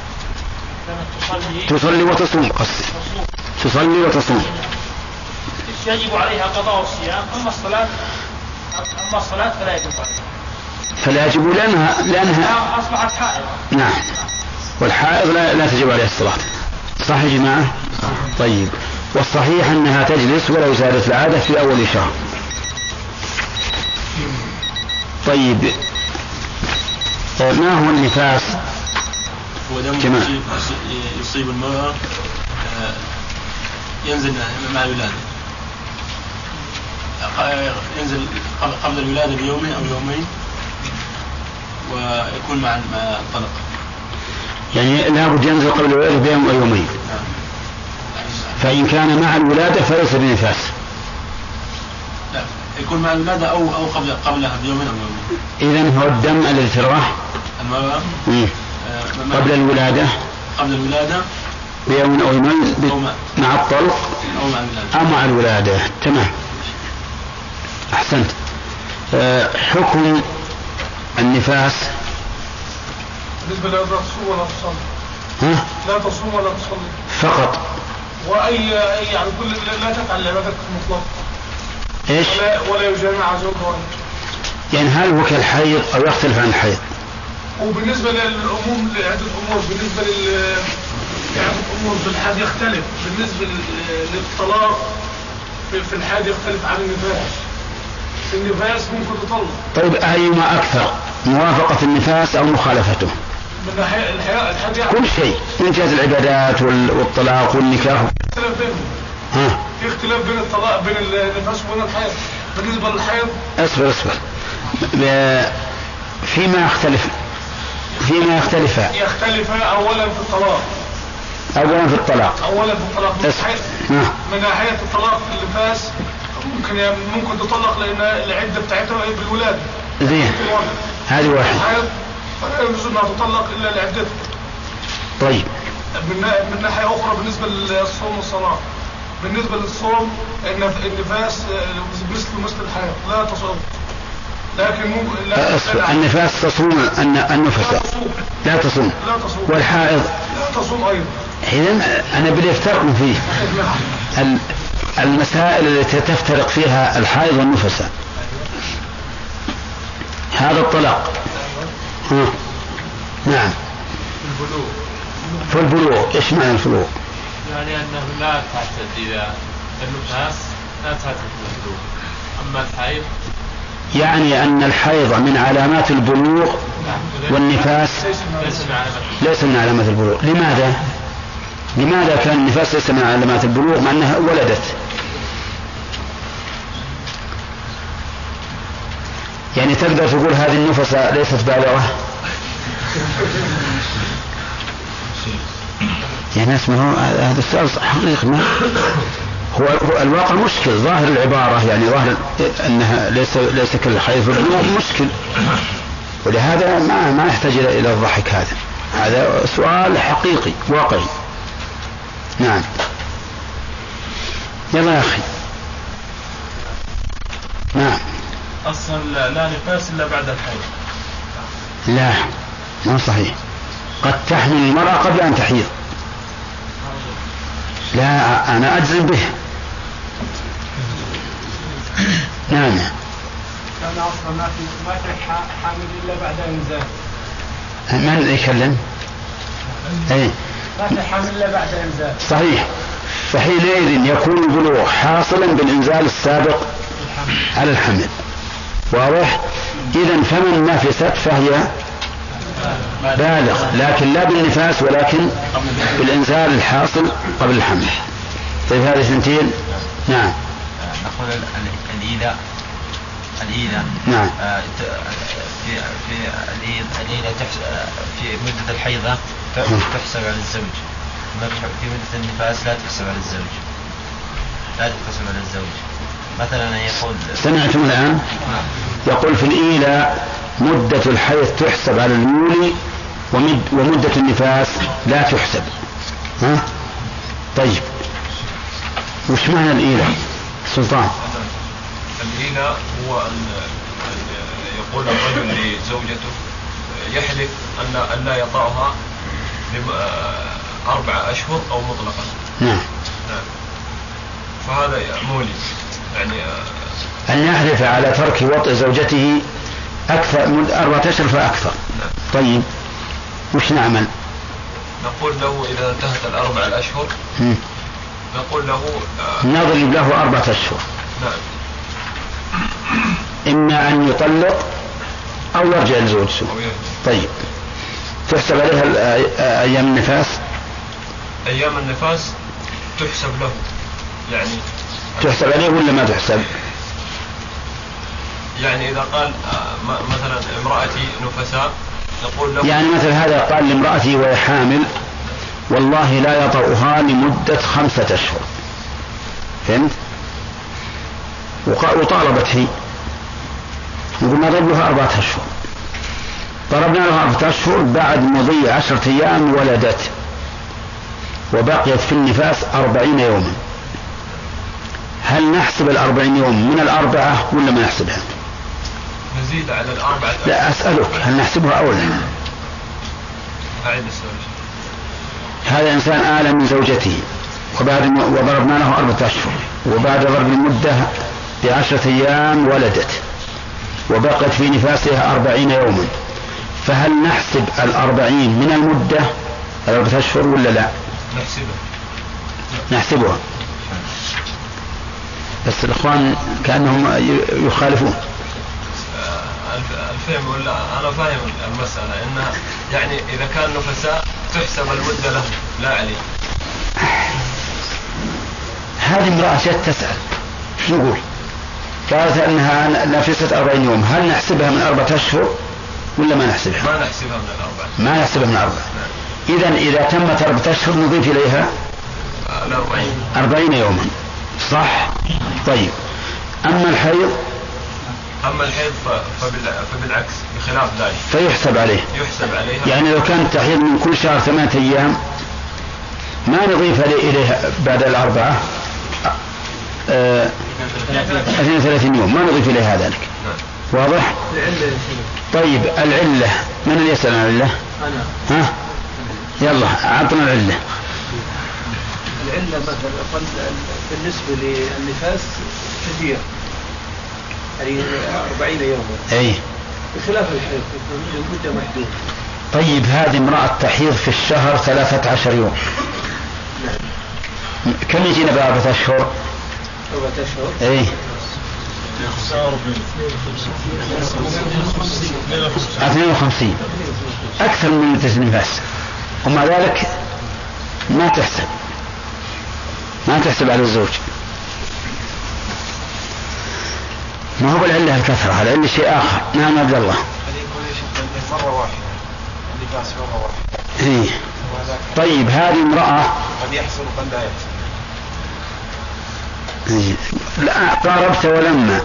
تصلي وتصوم. قصدي تصلي وتصوم. يجب عليها قضاء الصيام. أما الصلاة أما الصلاة فلا يجب عليها. فلا يجب لأنها لأنها أصبحت حائض. نعم. والحائض لا, لا تجب عليها الصلاة. صح يا جماعة؟ طيب والصحيح أنها تجلس ولو زادت العادة في أول شهر. طيب ما هو النفاس؟ هو دم يصيب, يصيب المرأة ينزل مع الولادة، ينزل قبل الولادة بيوم أو يومين ويكون مع الطلق. يعني لابد ينزل قبل الولادة بيوم أو يومين. فإن كان مع الولادة فليس بنفاس. لا يكون مع الولادة أو أو قبل قبلها بيومين أو يومين. إذن هو الدم الذي تراه المرأة قبل الولادة قبل الولادة بيوم أو يومين مع الطلق أو مع الولادة. أو مع الولادة. تمام أحسنت. أه حكم النفاس بالنسبة لا تصوم ولا تصلي. ها؟ لا تصوم ولا تصلي فقط. وأي يعني كل لا تفعل العبادات مطلقة. إيش؟ ولا ولا يجامع زوجها. يعني هل هو كالحيض أو يختلف عن الحيض؟ وبالنسبة للعموم لعدة أمور، بالنسبة لل لعدة أمور في الحاد يختلف، بالنسبة للطلاق في الحاد يختلف عن النفاس. النفاس ممكن تطلق. طيب أيما أكثر موافقة النفاس أو مخالفته؟ من ناحية الحاد يعني كل شيء من جهة العبادات والطلاق والنكاح. اختلاف بينهم. ها؟ في اختلاف بين الطلاق بين النفاس وبين الحيض. بالنسبة للحيض اصبر اصبر فيما يختلف فيما يختلف يختلف أولا في الطلاق. أولا في الطلاق أولا في الطلاق من ناحية من ناحية الطلاق في النفاس ممكن يعني ممكن تطلق لان العده بتاعتها بالولاده. زين هذه واحد. فلا يجوز انها تطلق الا لعدتها. طيب. من من ناحيه اخرى بالنسبه للصوم والصلاه. بالنسبه للصوم النفاس مثل مثل الحيض لا تصوم. لكن ممكن لا النفاس تصوم النفساء لا تصوم. لا تصوم. والحائض لا تصوم ايضا. إذن أنا بدي أفترق فيه المسائل التي تفترق فيها الحائض والنفساء. هذا الطلاق. ها. نعم. البلوغ. في البلوغ إيش معنى البلوغ؟ يعني أنه لا تعتد إذا النفاس لا تعتد البلوغ. أما الحيض يعني أن الحيض من علامات البلوغ والنفاس ليس من علامات البلوغ. لماذا؟ لماذا كان النفاس ليس من علامات البلوغ مع أنها ولدت؟ يعني تقدر تقول هذه النفسة ليست بالغة؟ يعني اسمه هذا السؤال حقيقي ما هو الواقع مشكل. ظاهر العبارة يعني ظاهر أنها ليس ليس كالحيض البلوغ مشكل، ولهذا ما ما يحتاج إلى الضحك. هذا هذا سؤال حقيقي واقعي. نعم. يلا يا أخي. نعم. أصلا لا نفاس إلا بعد الحيض. لا ما صحيح. قد تحمل المرأة قبل أن تحيض. لا أنا أجزم به. نعم. كان أصلا ما في ما في حامل إلا بعد إنزال. من يكلم؟ أي. ما في حامل إلا بعد إنزال. صحيح. فحينئذ يكون البلوغ حاصلا بالإنزال السابق على الحمل. واضح؟ إذن فمن نفست فهي بالغ، لكن لا بالنفاس ولكن بالإنزال الحاصل قبل الحمل. طيب هذه اثنتين. نعم. نقول الإيذاء الإيذاء نعم. في في الإيذاء في مدة الحيضة تحسب على الزوج، في مدة النفاس لا تحسب على الزوج، لا تحسب على الزوج. مثلا يقول سمعتم الآن؟ يقول في الإيلاء مدة الحيض تحسب على المولي ومد ومدة النفاس لا تحسب. ها؟ طيب وش معنى الإيلاء سلطان؟ الإيلاء هو أن يقول الرجل لزوجته يحلف أن لا يطأها أربع أشهر أو مطلقا. نعم. فهذا مولي يعني أن يحلف على ترك وطء زوجته أكثر من أربعة أشهر فأكثر. نعم. طيب وش نعمل؟ نقول له إذا انتهت الأربع الأشهر م. نقول له آه نضرب له أربعة أشهر. نعم. إما أن يطلق أو يرجع لزوجته. طيب تحسب عليها أيام النفاس؟ أيام النفاس تحسب له يعني تحسب عليه ولا ما تحسب؟ يعني إذا قال مثلا امرأتي نفساء نقول له يعني مثلا هذا قال لامرأتي وهي حامل والله لا يطأها لمدة خمسة أشهر، فهمت؟ وطالبت هي وقلنا ضرب لها أربعة أشهر، ضربنا لها أربعة أشهر، بعد مضي عشرة أيام ولدت وبقيت في النفاس أربعين يوما. هل نحسب الأربعين يوم من الأربعة ولا ما نحسبها؟ نزيد على الأربعة. لا أسألك هل نحسبها أو لا؟ أعيد السؤال. هذا إنسان آل من زوجته وبعد وضربنا له أربعة أشهر وبعد ضرب المدة بعشرة أيام ولدت وبقت في نفاسها أربعين يوما، فهل نحسب الأربعين من المدة الأربعة أشهر ولا لا؟ نحسبها. نحسبها. بس الإخوان كأنهم يخالفون. الفهم ولا أنا فاهم المسألة إنها يعني إذا كان نفساء تحسب المدة له لا عليه. هذه امرأة جت تسأل شو نقول؟ قالت أنها نفست أربعين يوم، هل نحسبها من أربعة أشهر ولا ما نحسبها؟ ما نحسبها من الأربعة. ما نحسبها من الأربعة. إذن إذا تمت أربعة أشهر نضيف إليها الأربعين أربعين يوما، صح؟ طيب أما الحيض أما الحيض فبالعكس بخلاف ذلك فيحسب عليه يحسب عليه يعني لو كان التحيض من كل شهر ثمانية أيام ما نضيف إليه بعد الأربعة اثنين وثلاثين يوم، ما نضيف إليه ذلك. واضح؟ طيب العلة من اللي يسأل عن العلة؟ أنا. ها؟ يلا عطنا العلة. العلة مثلا بالنسبة للنفاس كثير يعني أربعين يوما. أي. بخلاف الحيض مدة محدودة. طيب هذه امرأة تحيض في الشهر ثلاثة عشر يوم. نعم. كم يجينا بأربعة أشهر؟ أربعة أشهر. أي. اثنين وخمسين أكثر من مدة النفاس، ومع ذلك ما تحسب ما تحسب على الزوج. ما هو العلة الكثرة، العلة شيء آخر. نعم عبد الله. مرة واحدة النفاس مرة واحدة. إيه. طيب هذه امرأة قد يحصل وقد لا يحصل. إيه. لا قاربت ولما.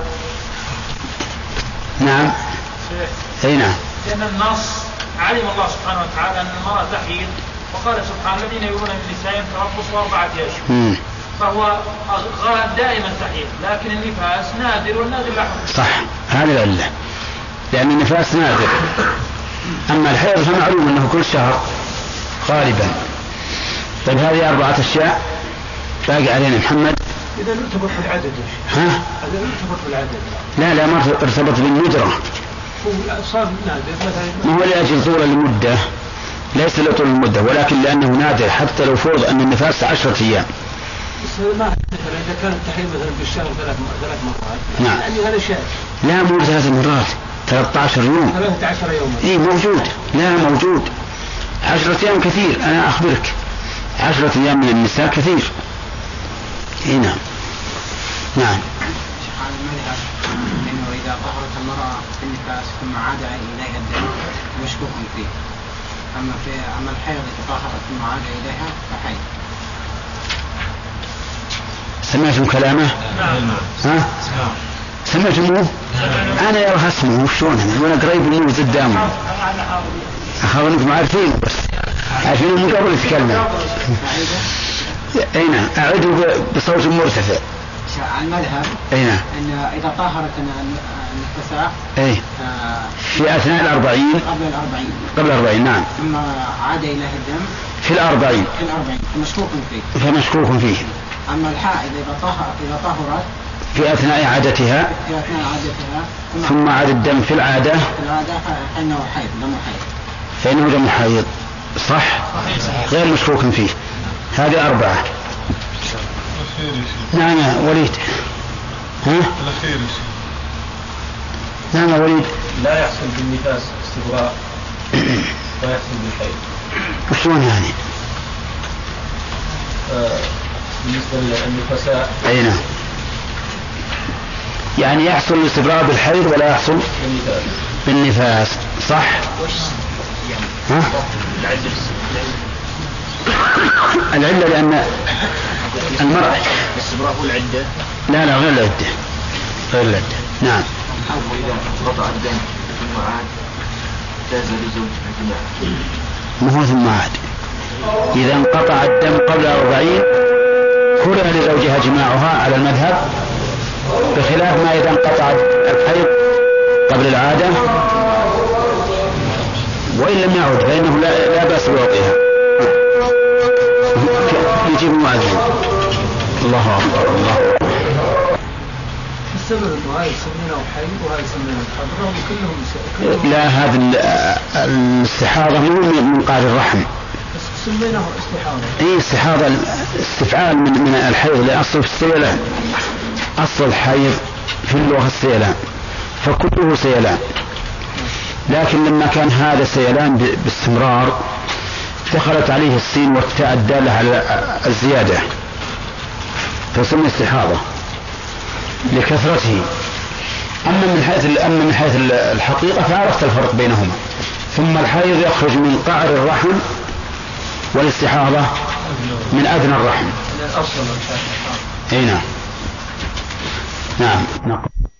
نعم. اي نعم. لأن النص علم الله سبحانه وتعالى أن المرأة تحيض، وقال سبحانه الذين يؤمنون من نسائهم تربصوا أربعة أشهر، فهو دائما تحيض، لكن النفاس نادر والنادر لا حكم. صح، هذه العلة، لأن النفاس نادر. أما الحيض فمعلوم أنه كل شهر غالبا. طيب هذه أربعة أشياء باقي علينا محمد. إذا ارتبط بالعدد. ها؟ إذا ارتبط بالعدد. لا لا ما ارتبط بالندرة. هو صار نادر مثلا. ما هو لأجل طول المدة، ليس لطول المدة ولكن لأنه نادر، حتى لو فرض أن النفاس عشرة أيام. بس ما مثلا إذا كان التحيض مثلا بالشهر ثلاث ثلاث مرات. نعم. يعني هذا شيء. لا مو ثلاث مرات، ثلاثة عشر يوم. ثلاثة عشر يوما. إيه موجود. لا موجود. عشرة أيام كثير، أنا أخبرك عشرة أيام من النساء كثير. إيه نعم. نعم. شيخ على المذهب انه اذا ظهرت المراه في النفاس ثم عاد اليها الدم مشكوك فيه، اما في اما الحيض اذا ظهرت ثم عاد اليها فحيض. سمعتم كلامه؟ ها؟ سمعتموه؟ انا يا اسمه وشلون وانا قريب منه قدامه. اخاف انكم عارفين بس عارفينه من قبل يتكلم. اي نعم. اعده بصوت مرتفع. على المذهب اي نعم. ان اذا طهرت النفساء اي في اثناء الاربعين قبل الاربعين قبل الاربعين نعم ثم عاد اليها الدم في الاربعين في الاربعين فمشكوك فيه فمشكوك فيه. اما الحائض اذا طهرت اذا طهرت في اثناء عادتها في اثناء عادتها ثم, ثم عاد الدم في العاده في العاده فانه حيض دم حيض فانه دم حيض. صح؟ غير مشكوك فيه. هذه اربعه. نعم يا وليد. ها؟ الأخير. نعم يا وليد. لا يحصل بالنفاس استبراء لا يحصل بالحيض. وشلون يعني؟ آه بالنسبة للنفساء. أي نعم. يعني يحصل الاستبراء بالحيض ولا يحصل بالنفاس. بالنفاس. صح؟ ها؟ العلة لأن المرأة الاستبراء هو العدة. لا لا غير العدة غير العدة. نعم. وإذا قطع الدم ثم عاد جاز لزوجها الجماع. ما هو ثم عاد. إذا انقطع الدم قبل أربعين كره لزوجها جماعها على المذهب، بخلاف ما إذا انقطع الحيض قبل العادة وإن لم يعد فإنه لا, لا بأس بوضعها. يجيب المؤذن. الله أكبر الله أكبر. السبب انه هاي يسمونه حيض وهاي يسمونه حضره وكلهم لا هذا الاستحاضة مو من قعر الرحم. بس سميناه استحاضة. اي استحاضة استفعال من من الحيض لأصل في السيلان. أصل الحيض في اللغة السيلان فكله سيلان، لكن لما كان هذا سيلان باستمرار دخلت عليه السين والتاء الدالة على الزيادة فسمي استحاضة لكثرته. أما من حيث أما من حيث الحقيقة فعرفت الفرق بينهما. ثم الحيض يخرج من قعر الرحم والاستحاضة من أدنى الرحم. الأصل أي نعم. نعم نقول